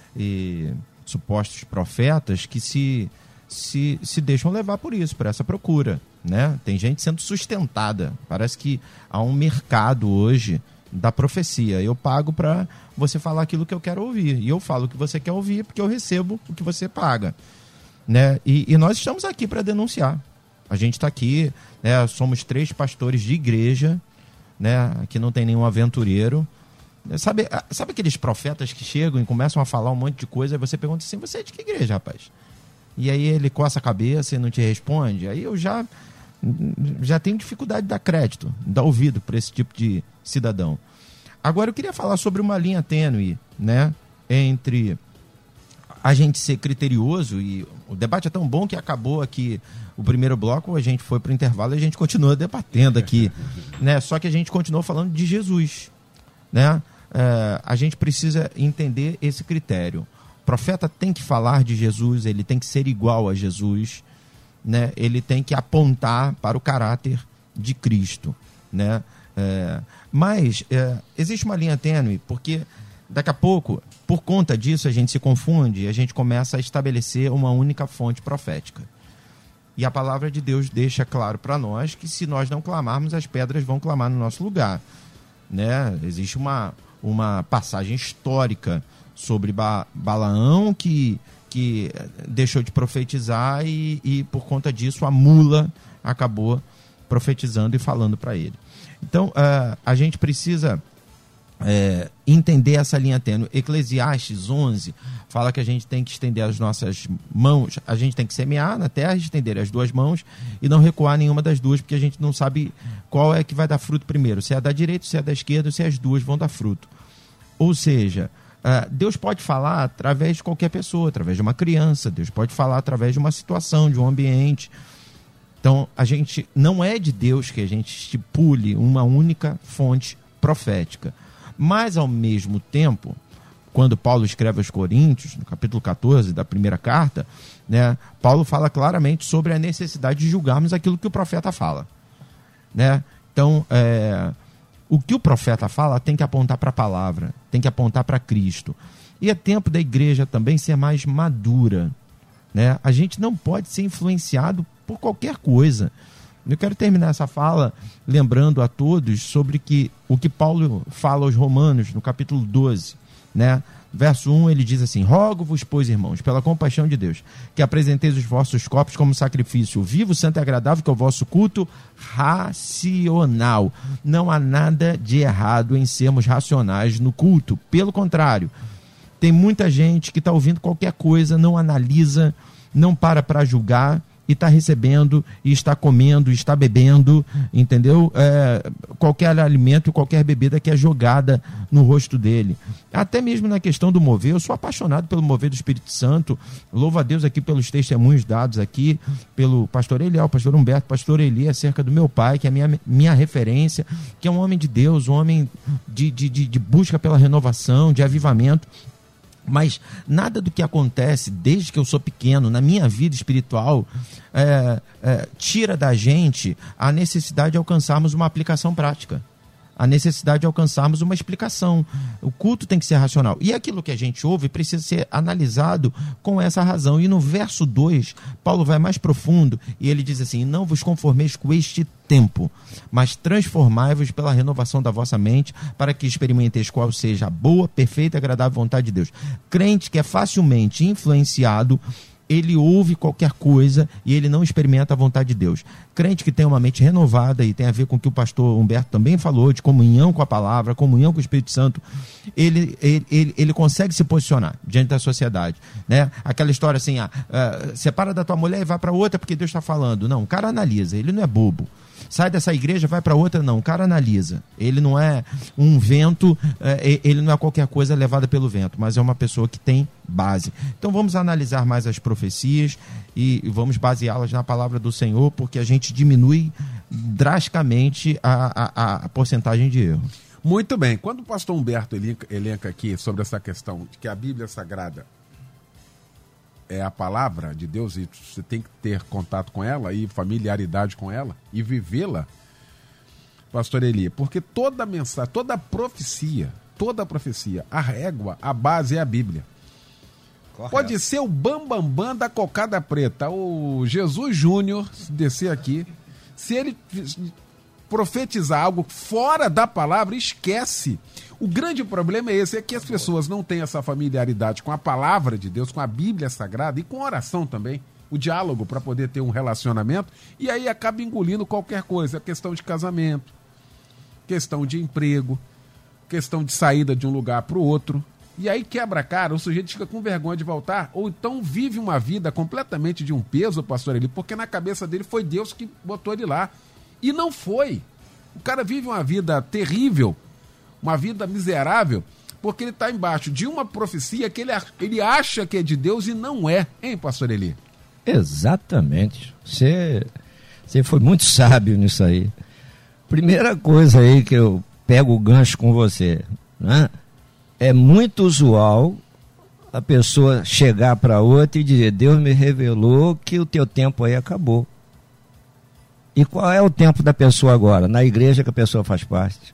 e supostos profetas que se, se, se deixam levar por isso, por essa procura, né? Tem gente sendo sustentada. Parece que há um mercado hoje da profecia. Eu pago para você falar aquilo que eu quero ouvir. E eu falo o que você quer ouvir porque eu recebo o que você paga, né? E, e nós estamos aqui para denunciar. A gente está aqui, né? Somos três pastores de igreja, né? Aqui não tem nenhum aventureiro. Sabe, sabe aqueles profetas que chegam e começam a falar um monte de coisa e você pergunta assim, você é de que igreja, rapaz? E aí ele coça a cabeça e não te responde. Aí eu já, já tenho dificuldade de dar crédito, dar ouvido para esse tipo de cidadão. Agora eu queria falar sobre uma linha tênue, né? Entre a gente ser criterioso, e o debate é tão bom que acabou aqui o primeiro bloco, a gente foi para o intervalo e a gente continua debatendo aqui, né? Só que a gente continuou falando de Jesus, né? É, a gente precisa entender esse critério. O profeta tem que falar de Jesus, ele tem que ser igual a Jesus, né? Ele tem que apontar para o caráter de Cristo, né? É, mas é, existe uma linha tênue, porque daqui a pouco, por conta disso, a gente se confunde e a gente começa a estabelecer uma única fonte profética. E a palavra de Deus deixa claro para nós que se nós não clamarmos, as pedras vão clamar no nosso lugar, né? Existe uma, uma passagem histórica sobre ba- Balaão que, que deixou de profetizar e, e, por conta disso, a mula acabou profetizando e falando para ele. Então, uh, a gente precisa é, entender essa linha tênue. Eclesiastes onze fala que a gente tem que estender as nossas mãos, a gente tem que semear na terra, estender as duas mãos e não recuar nenhuma das duas, porque a gente não sabe qual é que vai dar fruto primeiro, se é da direita, se é da esquerda, se as duas vão dar fruto. Ou seja, uh, Deus pode falar através de qualquer pessoa, através de uma criança, Deus pode falar através de uma situação, de um ambiente. Então, a gente não é de Deus que a gente estipule uma única fonte profética. Mas, ao mesmo tempo, quando Paulo escreve aos Coríntios, no capítulo catorze da primeira carta, né, Paulo fala claramente sobre a necessidade de julgarmos aquilo que o profeta fala, né? Então, é, o que o profeta fala tem que apontar para a palavra, tem que apontar para Cristo. E é tempo da igreja também ser mais madura, né? A gente não pode ser influenciado por qualquer coisa. Eu quero terminar essa fala lembrando a todos sobre que, o que Paulo fala aos Romanos, no capítulo doze, né? Verso um, ele diz assim: rogo-vos, pois, irmãos, pela compaixão de Deus, que apresenteis os vossos corpos como sacrifício vivo, santo e agradável, que é o vosso culto racional. Não há nada de errado em sermos racionais no culto. Pelo contrário, tem muita gente que está ouvindo qualquer coisa, não analisa, não para para julgar, e está recebendo, e está comendo, e está bebendo, entendeu? É, qualquer alimento, qualquer bebida que é jogada no rosto dele. Até mesmo na questão do mover, eu sou apaixonado pelo mover do Espírito Santo, louvo a Deus aqui pelos testemunhos dados aqui, pelo pastor Eliel, pastor Humberto, pastor Eli, acerca do meu pai, que é a minha, minha referência, que é um homem de Deus, um homem de, de, de, de busca pela renovação, de avivamento. Mas nada do que acontece desde que eu sou pequeno na minha vida espiritual é, é, tira da gente a necessidade de alcançarmos uma aplicação prática. a necessidade de alcançarmos uma explicação. O culto tem que ser racional. E aquilo que a gente ouve precisa ser analisado com essa razão. E no verso dois, Paulo vai mais profundo e ele diz assim: não vos conformeis com este tempo, mas transformai-vos pela renovação da vossa mente, para que experimenteis qual seja a boa, perfeita e agradável vontade de Deus. Crente que é facilmente influenciado, ele ouve qualquer coisa e ele não experimenta a vontade de Deus. Crente que tem uma mente renovada, e tem a ver com o que o pastor Humberto também falou, de comunhão com a palavra, comunhão com o Espírito Santo, ele, ele, ele, ele consegue se posicionar diante da sociedade, né? Aquela história assim, ah, ah, separa da tua mulher e vai para outra porque Deus está falando. Não, o cara analisa, ele não é bobo. Sai dessa igreja, vai para outra, não. O cara analisa. Ele não é um vento, ele não é qualquer coisa levada pelo vento, mas é uma pessoa que tem base. Então vamos analisar mais as profecias e vamos baseá-las na palavra do Senhor, porque a gente diminui drasticamente a, a, a porcentagem de erro. Muito bem. Quando o pastor Humberto elenca, elenca aqui sobre essa questão de que a Bíblia Sagrada é a palavra de Deus e você tem que ter contato com ela e familiaridade com ela e vivê-la, pastor Eli, porque toda mensagem, toda profecia, toda profecia, a régua, a base é a Bíblia. Correto. Pode ser o bambambam bam, bam da cocada preta, o Jesus Júnior descer aqui, se ele profetizar algo fora da palavra, esquece. O grande problema é esse, é que as pessoas não têm essa familiaridade com a palavra de Deus, com a Bíblia Sagrada e com a oração também, o diálogo para poder ter um relacionamento, e aí acaba engolindo qualquer coisa, questão de casamento, questão de emprego, questão de saída de um lugar para o outro, e aí quebra a cara, o sujeito fica com vergonha de voltar, ou então vive uma vida completamente de um peso, pastor Eli, porque na cabeça dele foi Deus que botou ele lá, e não foi. O cara vive uma vida terrível, uma vida miserável, porque ele está embaixo de uma profecia que ele, ele acha que é de Deus e não é, hein, pastor Eli? Exatamente. Você, você foi muito sábio nisso aí. Primeira coisa aí que eu pego o gancho com você, né? É muito usual a pessoa chegar para outra e dizer: Deus me revelou que o teu tempo aí acabou. E qual é o tempo da pessoa agora? Na igreja que a pessoa faz parte.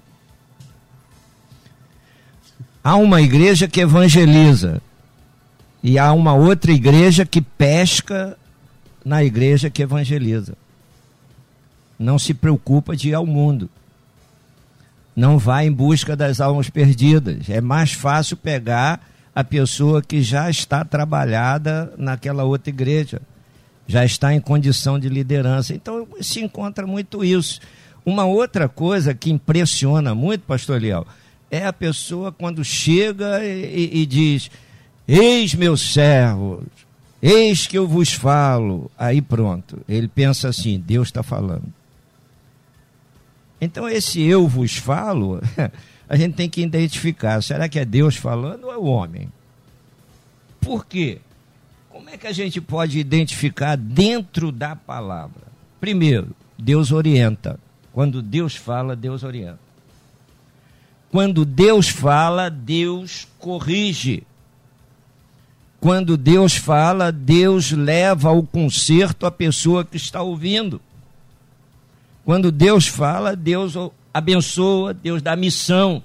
Há uma igreja que evangeliza e há uma outra igreja que pesca na igreja que evangeliza. Não se preocupa de ir ao mundo. Não vai em busca das almas perdidas. É mais fácil pegar a pessoa que já está trabalhada naquela outra igreja, já está em condição de liderança. Então se encontra muito isso. Uma outra coisa que impressiona muito, pastor Eliel, é a pessoa quando chega e, e, e diz: eis meus servos, eis que eu vos falo. Aí pronto, ele pensa assim: Deus está falando. Então esse eu vos falo, a gente tem que identificar, será que é Deus falando ou é o homem? Por quê? Como é que a gente pode identificar dentro da palavra? Primeiro, Deus orienta. Quando Deus fala, Deus orienta. Quando Deus fala, Deus corrige. Quando Deus fala, Deus leva ao conserto a pessoa que está ouvindo. Quando Deus fala, Deus abençoa, Deus dá missão.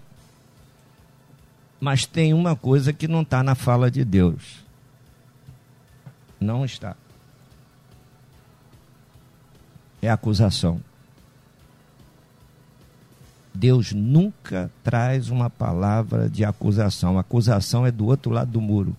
Mas tem uma coisa que não está na fala de Deus. Não está. É acusação. Deus nunca traz uma palavra de acusação. A acusação é do outro lado do muro.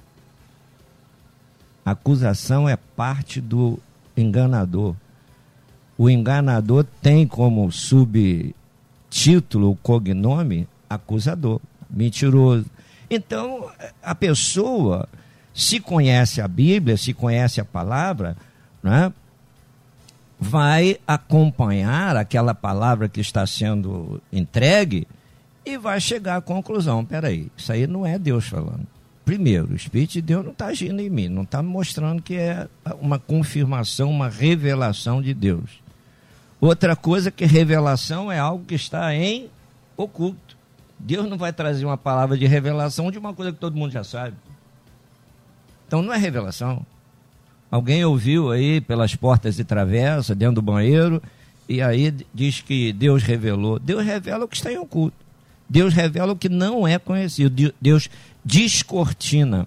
A acusação é parte do enganador. O enganador tem como subtítulo, o cognome, acusador, mentiroso. Então, a pessoa, se conhece a Bíblia, se conhece a palavra, né, vai acompanhar aquela palavra que está sendo entregue e vai chegar à conclusão: peraí, isso aí não é Deus falando. Primeiro, o Espírito de Deus não está agindo em mim, não está me mostrando que é uma confirmação, uma revelação de Deus. Outra coisa, que revelação é algo que está em oculto. Deus não vai trazer uma palavra de revelação de uma coisa que todo mundo já sabe. Então não é revelação. Alguém ouviu aí pelas portas de travessa, dentro do banheiro, E aí diz que Deus revelou. Deus revela o que está em oculto. Deus revela o que não é conhecido. Deus descortina.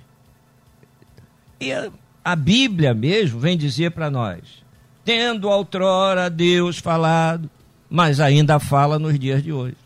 E a, a Bíblia mesmo vem dizer para nós: tendo outrora Deus falado, mas ainda fala nos dias de hoje.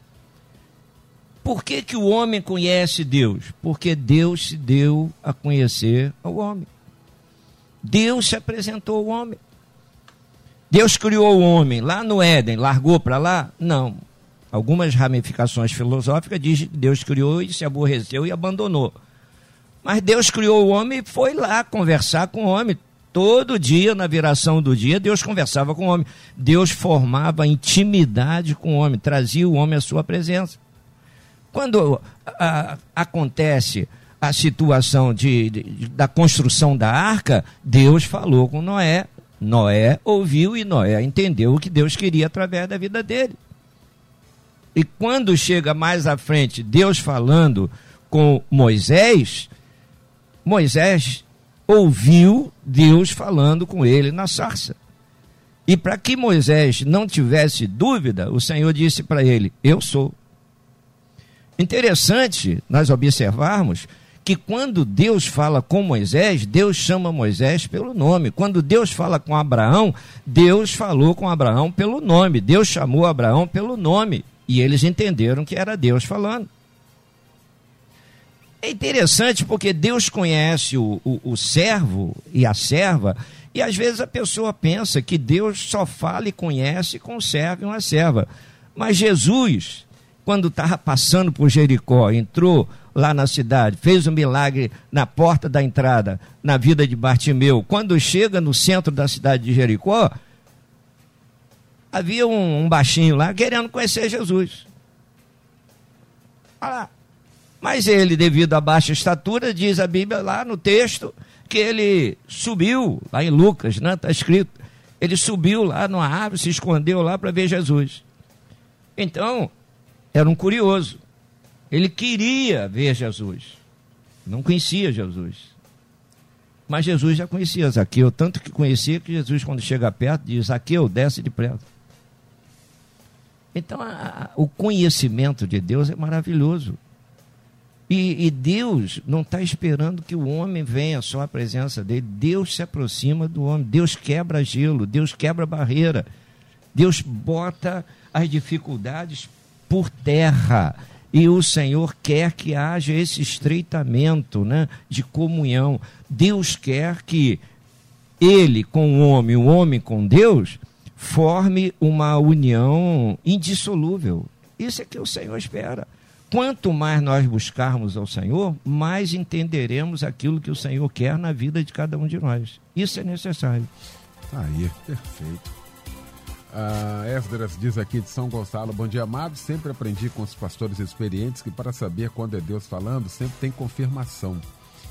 Por que que o homem conhece Deus? Porque Deus se deu a conhecer ao homem. Deus se apresentou ao homem. Deus criou o homem lá no Éden, largou para lá? Não. Algumas ramificações filosóficas dizem que Deus criou e se aborreceu e abandonou. Mas Deus criou o homem e foi lá conversar com o homem. Todo dia, na viração do dia, Deus conversava com o homem. Deus formava intimidade com o homem, trazia o homem à sua presença. Quando a, acontece a situação de, de, da construção da arca, Deus falou com Noé. Noé ouviu e Noé entendeu o que Deus queria através da vida dele. E quando chega mais à frente, Deus falando com Moisés, Moisés ouviu Deus falando com ele na sarça. E para que Moisés não tivesse dúvida, o Senhor disse para ele: eu sou. Interessante nós observarmos que quando Deus fala com Moisés, Deus chama Moisés pelo nome. Quando Deus fala com Abraão, Deus falou com Abraão pelo nome. Deus chamou Abraão pelo nome. E eles entenderam que era Deus falando. É interessante porque Deus conhece o, o, o servo e a serva, e às vezes a pessoa pensa que Deus só fala e conhece com o servo e uma serva. Mas Jesus, quando estava passando por Jericó, entrou lá na cidade, fez um milagre na porta da entrada, na vida de Bartimeu. Quando chega no centro da cidade de Jericó, havia um, um baixinho lá querendo conhecer Jesus. Olha lá. Mas ele, devido à baixa estatura, diz a Bíblia lá no texto, que ele subiu, lá em Lucas, né, está escrito, ele subiu lá numa árvore, se escondeu lá para ver Jesus. Então, era um curioso. Ele queria ver Jesus. Não conhecia Jesus. Mas Jesus já conhecia Zaqueu, tanto que conhecia que Jesus, quando chega perto, diz: Zaqueu, desce depressa. Então, a, a, o conhecimento de Deus é maravilhoso. E, e Deus não está esperando que o homem venha só à presença dele. Deus se aproxima do homem. Deus quebra gelo, Deus quebra barreira. Deus bota as dificuldades por terra. E o Senhor quer que haja esse estreitamento, né, de comunhão. Deus quer que ele com o homem, o homem com Deus, forme uma união indissolúvel. Isso é que o Senhor espera. Quanto mais nós buscarmos ao Senhor, mais entenderemos aquilo que o Senhor quer na vida de cada um de nós. Isso é necessário. Aí, perfeito. A Esdras diz aqui de São Gonçalo: bom dia, amado. Sempre aprendi com os pastores experientes que para saber quando é Deus falando, sempre tem confirmação.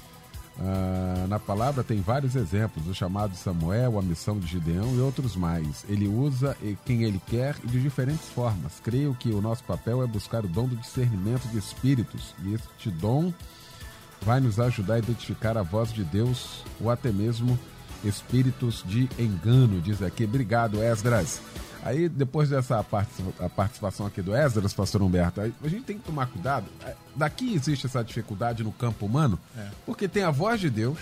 Ah, na palavra tem vários exemplos: o chamado de Samuel, a missão de Gideão e outros mais. Ele usa quem ele quer e de diferentes formas. Creio que o nosso papel é buscar o dom do discernimento de espíritos, e este dom vai nos ajudar a identificar a voz de Deus ou até mesmo espíritos de engano, diz aqui. Obrigado, Esdras. Aí, depois dessa a participação aqui do Esdras, pastor Humberto, a gente tem que tomar cuidado. Daqui existe essa dificuldade no campo humano, é. porque tem a voz de Deus,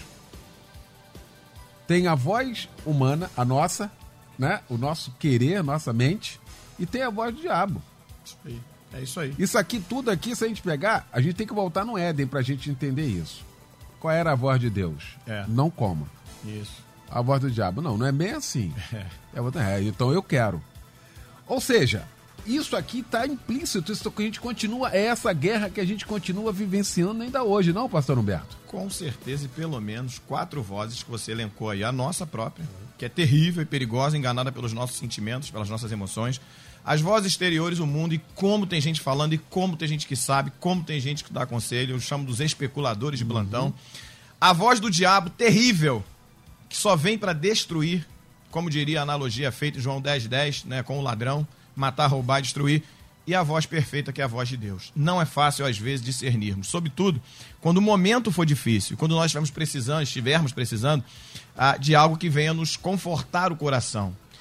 tem a voz humana, a nossa, né? O nosso querer, a nossa mente, e tem a voz do diabo. Isso aí. É isso aí. Isso aqui, tudo aqui, se a gente pegar, a gente tem que voltar no Éden pra gente entender isso. Qual era a voz de Deus? É. Não coma. Isso. A voz do diabo. Não, não é bem assim. É. É, então eu quero. Ou seja, isso aqui está implícito, isso que a gente continua, é essa guerra que a gente continua vivenciando ainda hoje, não, pastor Humberto? Com certeza, e pelo menos quatro vozes que você elencou aí, a nossa própria, que é terrível e perigosa, enganada pelos nossos sentimentos, pelas nossas emoções, as vozes exteriores, o mundo, e como tem gente falando, e como tem gente que sabe, como tem gente que dá conselho, eu chamo dos especuladores de plantão. Uhum. A voz do diabo, terrível, que só vem para destruir, como diria a analogia feita em João dez, dez, né, com o ladrão, matar, roubar e destruir, e a voz perfeita, que é a voz de Deus. Não é fácil, às vezes, discernirmos, sobretudo quando o momento for difícil, quando nós estivermos precisando, estivermos precisando ah, de algo que venha nos confortar o coração.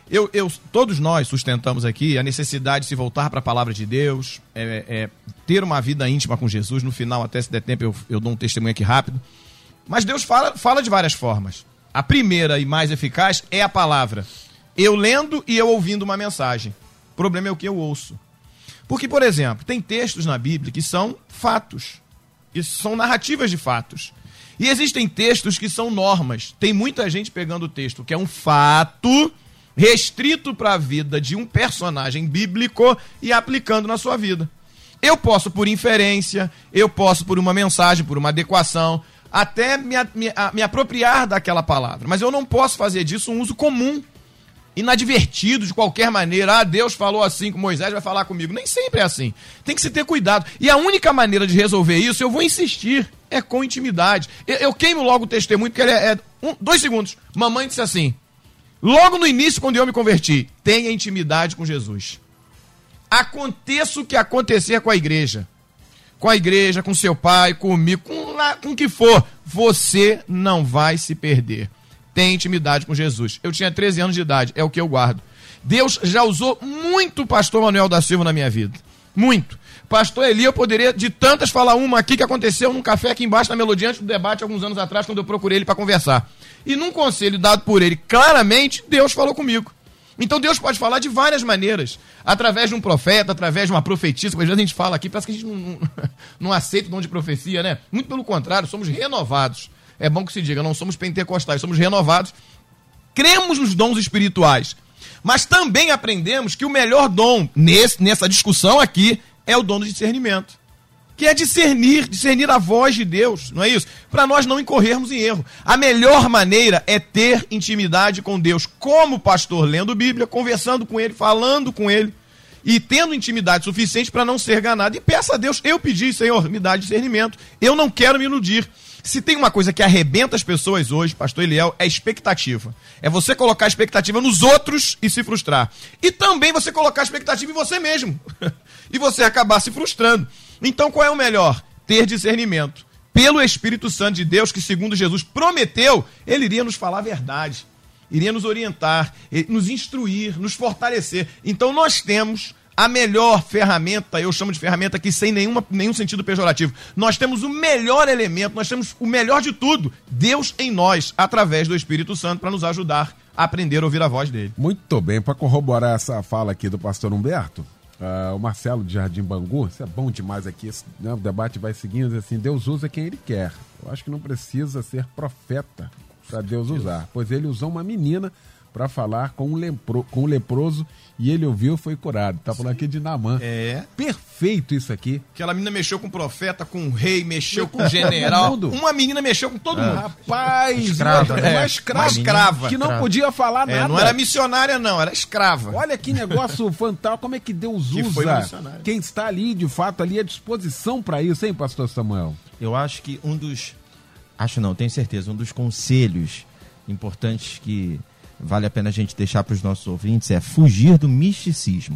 Eu, eu, todos nós sustentamos aqui a necessidade de se voltar para a palavra de Deus, é, é, ter uma vida íntima com Jesus. No final, até se der tempo, eu, eu dou um testemunho aqui rápido. Mas Deus fala, fala de várias formas. A primeira e mais eficaz é a palavra. Eu lendo e eu ouvindo uma mensagem. O problema é o que eu ouço. Porque, por exemplo, tem textos na Bíblia que são fatos. Isso são narrativas de fatos. E existem textos que são normas. Tem muita gente pegando o texto que é um fato restrito para a vida de um personagem bíblico e aplicando na sua vida. Eu posso, por inferência, eu posso, por uma mensagem, por uma adequação, até me, me, me apropriar daquela palavra. Mas eu não posso fazer disso um uso comum, inadvertido de qualquer maneira. Ah, Deus falou assim com Moisés, vai falar comigo. Nem sempre é assim. Tem que se ter cuidado. E a única maneira de resolver isso, eu vou insistir, é com intimidade. Eu, eu queimo logo o testemunho, porque ele é, é um, dois segundos. Mamãe disse assim, logo no início, quando eu me converti, tenha intimidade com Jesus. Aconteça o que acontecer com a igreja. Com a igreja, com seu pai, comigo, com, lá, com o que for. Você não vai se perder. Tenha intimidade com Jesus. Eu tinha treze anos de idade, é o que eu guardo. Deus já usou muito o pastor Manuel da Silva na minha vida. Muito. Pastor Eli, eu poderia de tantas falar uma aqui que aconteceu num café aqui embaixo na Melodia, antes do debate, alguns anos atrás, quando eu procurei ele para conversar. E num conselho dado por ele, claramente, Deus falou comigo. Então Deus pode falar de várias maneiras. Através de um profeta, através de uma profetisa, que às vezes a gente fala aqui, parece que a gente não, não, não aceita o dom de profecia, né? Muito pelo contrário, somos renovados. É bom que se diga, não somos pentecostais, somos renovados. Cremos nos dons espirituais. Mas também aprendemos que o melhor dom nesse, nessa discussão aqui é o dom do discernimento. Que é discernir, discernir a voz de Deus, não é isso? Para nós não incorrermos em erro. A melhor maneira é ter intimidade com Deus, como pastor, lendo Bíblia, conversando com Ele, falando com Ele, e tendo intimidade suficiente para não ser enganado. E peça a Deus, eu pedi, Senhor, me dá discernimento, eu não quero me iludir. Se tem uma coisa que arrebenta as pessoas hoje, pastor Eliel, é expectativa. É você colocar a expectativa nos outros e se frustrar. E também você colocar a expectativa em você mesmo. E você acabar se frustrando. Então qual é o melhor? Ter discernimento. Pelo Espírito Santo de Deus, que segundo Jesus prometeu, ele iria nos falar a verdade. Iria nos orientar, nos instruir, nos fortalecer. Então nós temos a melhor ferramenta, eu chamo de ferramenta aqui sem nenhuma, nenhum sentido pejorativo. Nós temos o melhor elemento, nós temos o melhor de tudo, Deus em nós, através do Espírito Santo, para nos ajudar a aprender a ouvir a voz dele. Muito bem, para corroborar essa fala aqui do pastor Humberto, uh, o Marcelo de Jardim Bangu, isso é bom demais aqui, esse, né, o debate vai seguindo assim, Deus usa quem ele quer. Eu acho que não precisa ser profeta para Deus usar, pois ele usou uma menina para falar com um, lepro, com um leproso e ele ouviu e foi curado. Tá falando aqui de Naamã. É. Perfeito isso aqui. Aquela menina mexeu com o profeta, com o rei, mexeu com o general. Uma menina mexeu com todo mundo. Rapaz, escrava, uma, né? uma escrava, uma escrava. Que não podia falar é, nada. Não era missionária, não, era escrava. Olha que negócio fantástico, como é que Deus que usa quem está ali, de fato, ali à disposição para isso, hein, pastor Samuel? Eu acho que um dos... Acho não, tenho certeza, um dos conselhos importantes que vale a pena a gente deixar para os nossos ouvintes é fugir do misticismo.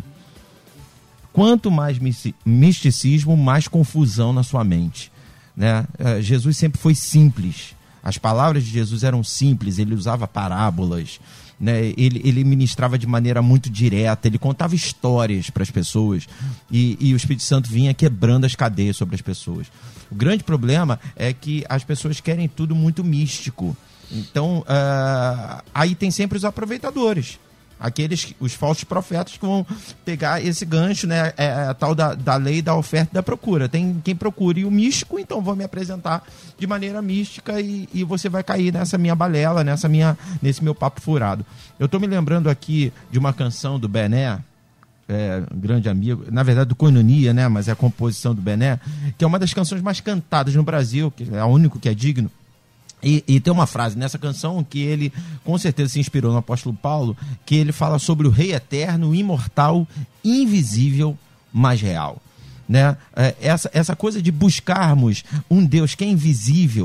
Quanto mais misticismo, mais confusão na sua mente, né? Jesus sempre foi simples. As palavras de Jesus eram simples, ele usava parábolas, né? ele, ele ministrava de maneira muito direta, ele contava histórias para as pessoas e, e o Espírito Santo vinha quebrando as cadeias sobre as pessoas. O grande problema é que as pessoas querem tudo muito místico. Então, uh, aí tem sempre os aproveitadores, aqueles, os falsos profetas que vão pegar esse gancho, né? É a tal da, da lei da oferta e da procura. Tem quem procure o místico, então vou me apresentar de maneira mística e, e você vai cair nessa minha balela, nessa minha, nesse meu papo furado. Eu estou me lembrando aqui de uma canção do Bené, é, um grande amigo, na verdade do Coinonia, né? Mas é a composição do Bené, que é uma das canções mais cantadas no Brasil, que é o único que é digno. E, e tem uma frase nessa canção que ele com certeza se inspirou no apóstolo Paulo, que ele fala sobre o rei eterno, imortal, invisível, mas real, né? Essa, essa coisa de buscarmos um Deus que é invisível,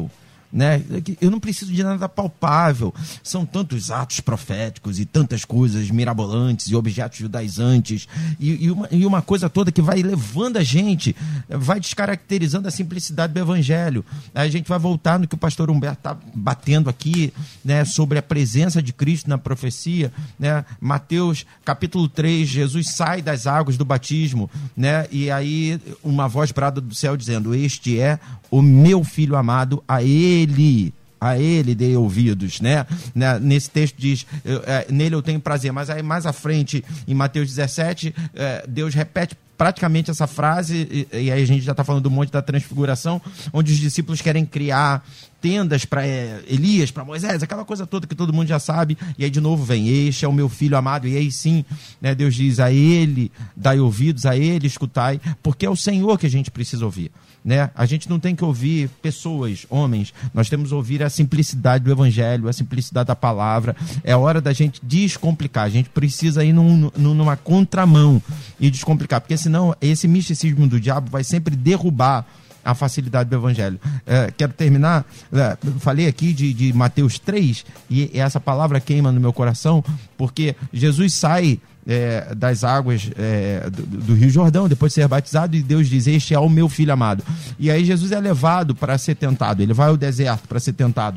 né? Eu não preciso de nada palpável. São tantos atos proféticos e tantas coisas mirabolantes e objetos judaizantes e, e, uma, e uma coisa toda que vai levando a gente, vai descaracterizando a simplicidade do evangelho. Aí a gente vai voltar no que o pastor Humberto está batendo aqui, né, sobre a presença de Cristo na profecia, né? Mateus capítulo três, Jesus sai das águas do batismo, né? E aí uma voz brada do céu dizendo: este é o meu filho amado, a ele, a ele dei ouvidos, né? Nesse texto diz, eu, é, nele eu tenho prazer, mas aí mais à frente, em Mateus dezessete, é, Deus repete praticamente essa frase, e, e aí a gente já está falando do Monte da Transfiguração, onde os discípulos querem criar tendas para é, Elias, para Moisés, aquela coisa toda que todo mundo já sabe, e aí de novo vem: este é o meu filho amado, e aí sim, né, Deus diz: a ele dai ouvidos, a ele escutai, porque é o Senhor que a gente precisa ouvir, né? A gente não tem que ouvir pessoas, homens, nós temos que ouvir a simplicidade do evangelho, a simplicidade da palavra. É hora da gente descomplicar, a gente precisa ir num, numa contramão e descomplicar, porque senão esse misticismo do diabo vai sempre derrubar a facilidade do evangelho. É, quero terminar, é, falei aqui de, de Mateus três, e essa palavra queima no meu coração, porque Jesus sai é, das águas é, do, do Rio Jordão, depois de ser batizado, e Deus diz: este é o meu filho amado. E aí Jesus é levado para ser tentado, ele vai ao deserto para ser tentado.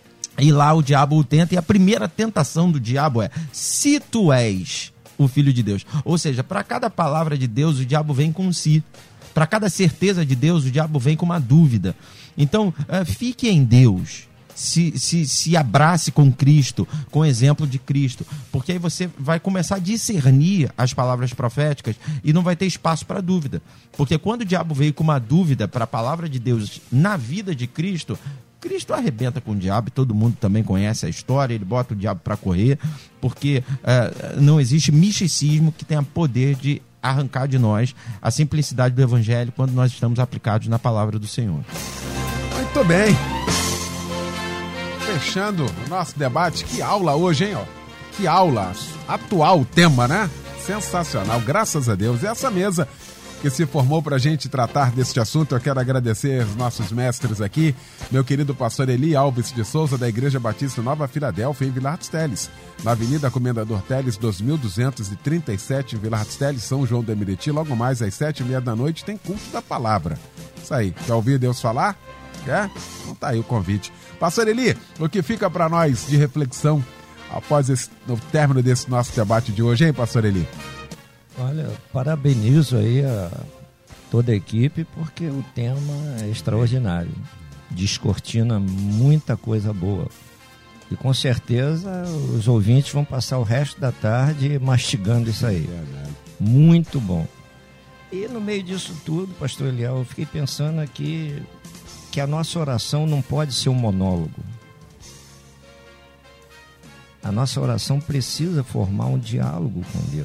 E lá o diabo o tenta, e a primeira tentação do diabo é: se tu és o filho de Deus. Ou seja, para cada palavra de Deus, o diabo vem com si. Para cada certeza de Deus, o diabo vem com uma dúvida. Então, uh, fique em Deus. Se, se, se abrace com Cristo, com o exemplo de Cristo. Porque aí você vai começar a discernir as palavras proféticas e não vai ter espaço para dúvida. Porque quando o diabo veio com uma dúvida para a palavra de Deus na vida de Cristo, Cristo arrebenta com o diabo, e todo mundo também conhece a história, ele bota o diabo para correr, porque uh, não existe misticismo que tenha poder de arrancar de nós a simplicidade do evangelho quando nós estamos aplicados na palavra do Senhor. Muito bem. Fechando o nosso debate, que aula hoje, hein? Ó. Que aula. Atual tema, né? Sensacional, graças a Deus. E essa mesa que se formou para a gente tratar deste assunto, eu quero agradecer os nossos mestres aqui, meu querido pastor Eli Alves de Souza, da Igreja Batista Nova Filadélfia, em Vilar dos Teles, na Avenida Comendador Teles, dois mil duzentos e trinta e sete, em Vilar dos Teles, São João do Meriti. Logo mais às sete e meia da noite tem culto da palavra. Isso aí, quer ouvir Deus falar? Quer? Então tá aí o convite. Pastor Eli, o que fica para nós de reflexão após esse, o término desse nosso debate de hoje, hein, pastor Eli? Olha, parabenizo aí a toda a equipe, porque o tema é extraordinário. Descortina muita coisa boa. E com certeza os ouvintes vão passar o resto da tarde mastigando isso aí. Muito bom. E no meio disso tudo, pastor Eliel, eu fiquei pensando aqui que a nossa oração não pode ser um monólogo. A nossa oração precisa formar um diálogo com Deus.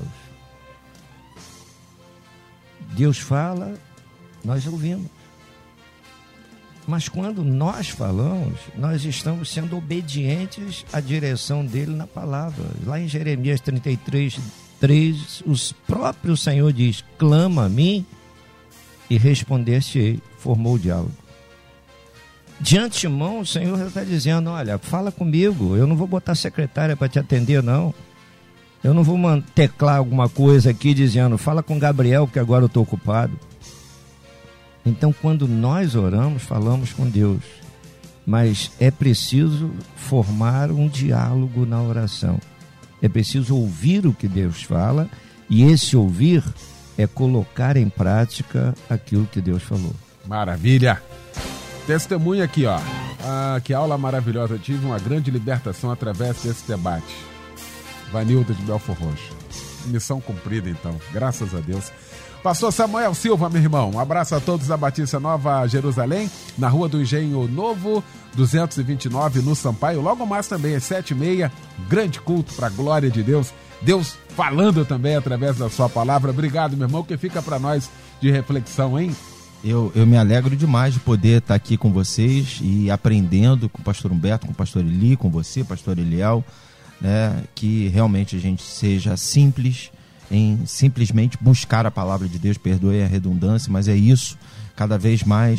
Deus fala, nós ouvimos. Mas quando nós falamos, nós estamos sendo obedientes à direção dele na palavra. Lá em Jeremias trinta e três, três, o próprio Senhor diz: clama a mim e responder-te-ei. Formou o diálogo. De antemão, o Senhor já está dizendo: olha, fala comigo, eu não vou botar secretária para te atender, não. Eu não vou teclar alguma coisa aqui dizendo: fala com Gabriel, porque agora eu estou ocupado. Então, quando nós oramos, falamos com Deus. Mas é preciso formar um diálogo na oração. É preciso ouvir o que Deus fala, e esse ouvir é colocar em prática aquilo que Deus falou. Maravilha! Testemunha aqui, ó. Ah, que aula maravilhosa. Eu tive uma grande libertação através desse debate. Vanilda de Belfor Roxo. Missão cumprida, então. Graças a Deus. Pastor Samuel Silva, meu irmão. Um abraço a todos da Batista Nova Jerusalém, na Rua do Engenho Novo, duzentos e vinte e nove, no Sampaio. Logo mais também, às sete e meia, grande culto para a glória de Deus. Deus falando também através da sua palavra. Obrigado, meu irmão, que fica para nós de reflexão, hein? Eu, eu me alegro demais de poder estar aqui com vocês e aprendendo com o pastor Humberto, com o pastor Eli, com você, pastor Eliel, né, que realmente a gente seja simples em simplesmente buscar a palavra de Deus, perdoe a redundância, mas é isso, cada vez mais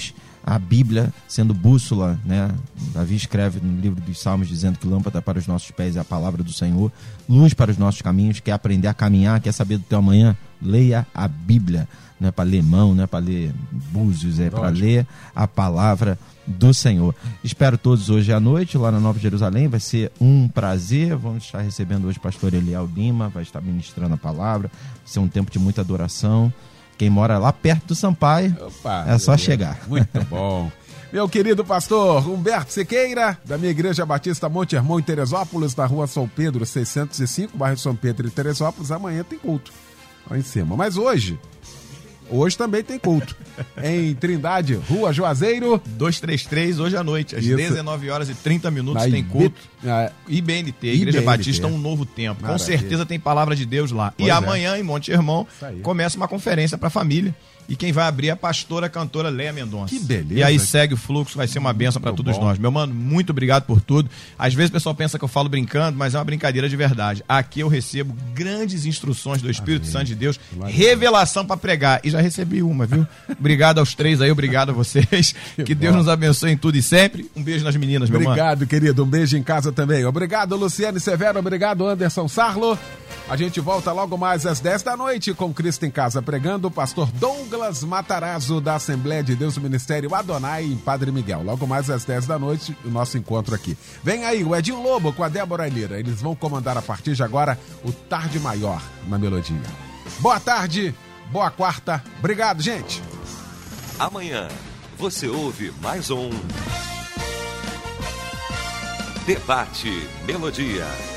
a Bíblia sendo bússola, né? Davi escreve no livro dos Salmos dizendo que lâmpada para os nossos pés é a palavra do Senhor, luz para os nossos caminhos. Quer aprender a caminhar, quer saber do teu amanhã? Leia a Bíblia. Não é para ler mão, não é para ler búzios, é para ler a palavra do Senhor. Espero todos hoje à noite lá na Nova Jerusalém, vai ser um prazer. Vamos estar recebendo hoje o pastor Eliel Lima, vai estar ministrando a palavra, vai ser um tempo de muita adoração. Quem mora lá perto do Sampaio, Opa, é só chegar. Muito bom. Meu querido pastor Humberto Sequeira, da minha Igreja Batista Monte Hermon em Teresópolis, na rua São Pedro seiscentos e cinco, bairro São Pedro em Teresópolis. Amanhã tem culto lá em cima, mas hoje Hoje também tem culto. Em Trindade, Rua Juazeiro. duzentos e trinta e três, hoje à noite, às Isso. dezenove horas e trinta minutos, Na tem culto. I B... ah, I B N T, Igreja I B N T. Batista, um novo tempo. Maravilha. Com certeza tem palavra de Deus lá. Pois e é. amanhã, em Monte Hermon, começa uma conferência para a família. E quem vai abrir é a pastora cantora Léa Mendonça. Que beleza. E aí segue o fluxo, vai ser uma bênção para todos bom. nós. Meu mano, muito obrigado por tudo. Às vezes o pessoal pensa que eu falo brincando, mas é uma brincadeira de verdade. Aqui eu recebo grandes instruções do Espírito Amém. Santo de Deus, Glória revelação para pregar. E já recebi uma, viu? Obrigado aos três aí, obrigado a vocês. Que, que Deus nos abençoe em tudo e sempre. Um beijo nas meninas, meu Obrigado, mano. Obrigado, querido. Um beijo em casa também. Obrigado, Luciane Severo. Obrigado, Anderson Sarlo. A gente volta logo mais às dez da noite com Cristo em Casa pregando, o pastor Douglas Matarazzo, da Assembleia de Deus do Ministério Adonai, em Padre Miguel. Logo mais às dez da noite, o nosso encontro aqui. Vem aí o Edinho Lobo com a Débora Lira. Eles vão comandar a partir de agora o Tarde Maior na Melodia. Boa tarde, boa quarta. Obrigado, gente. Amanhã você ouve mais um Debate Melodia.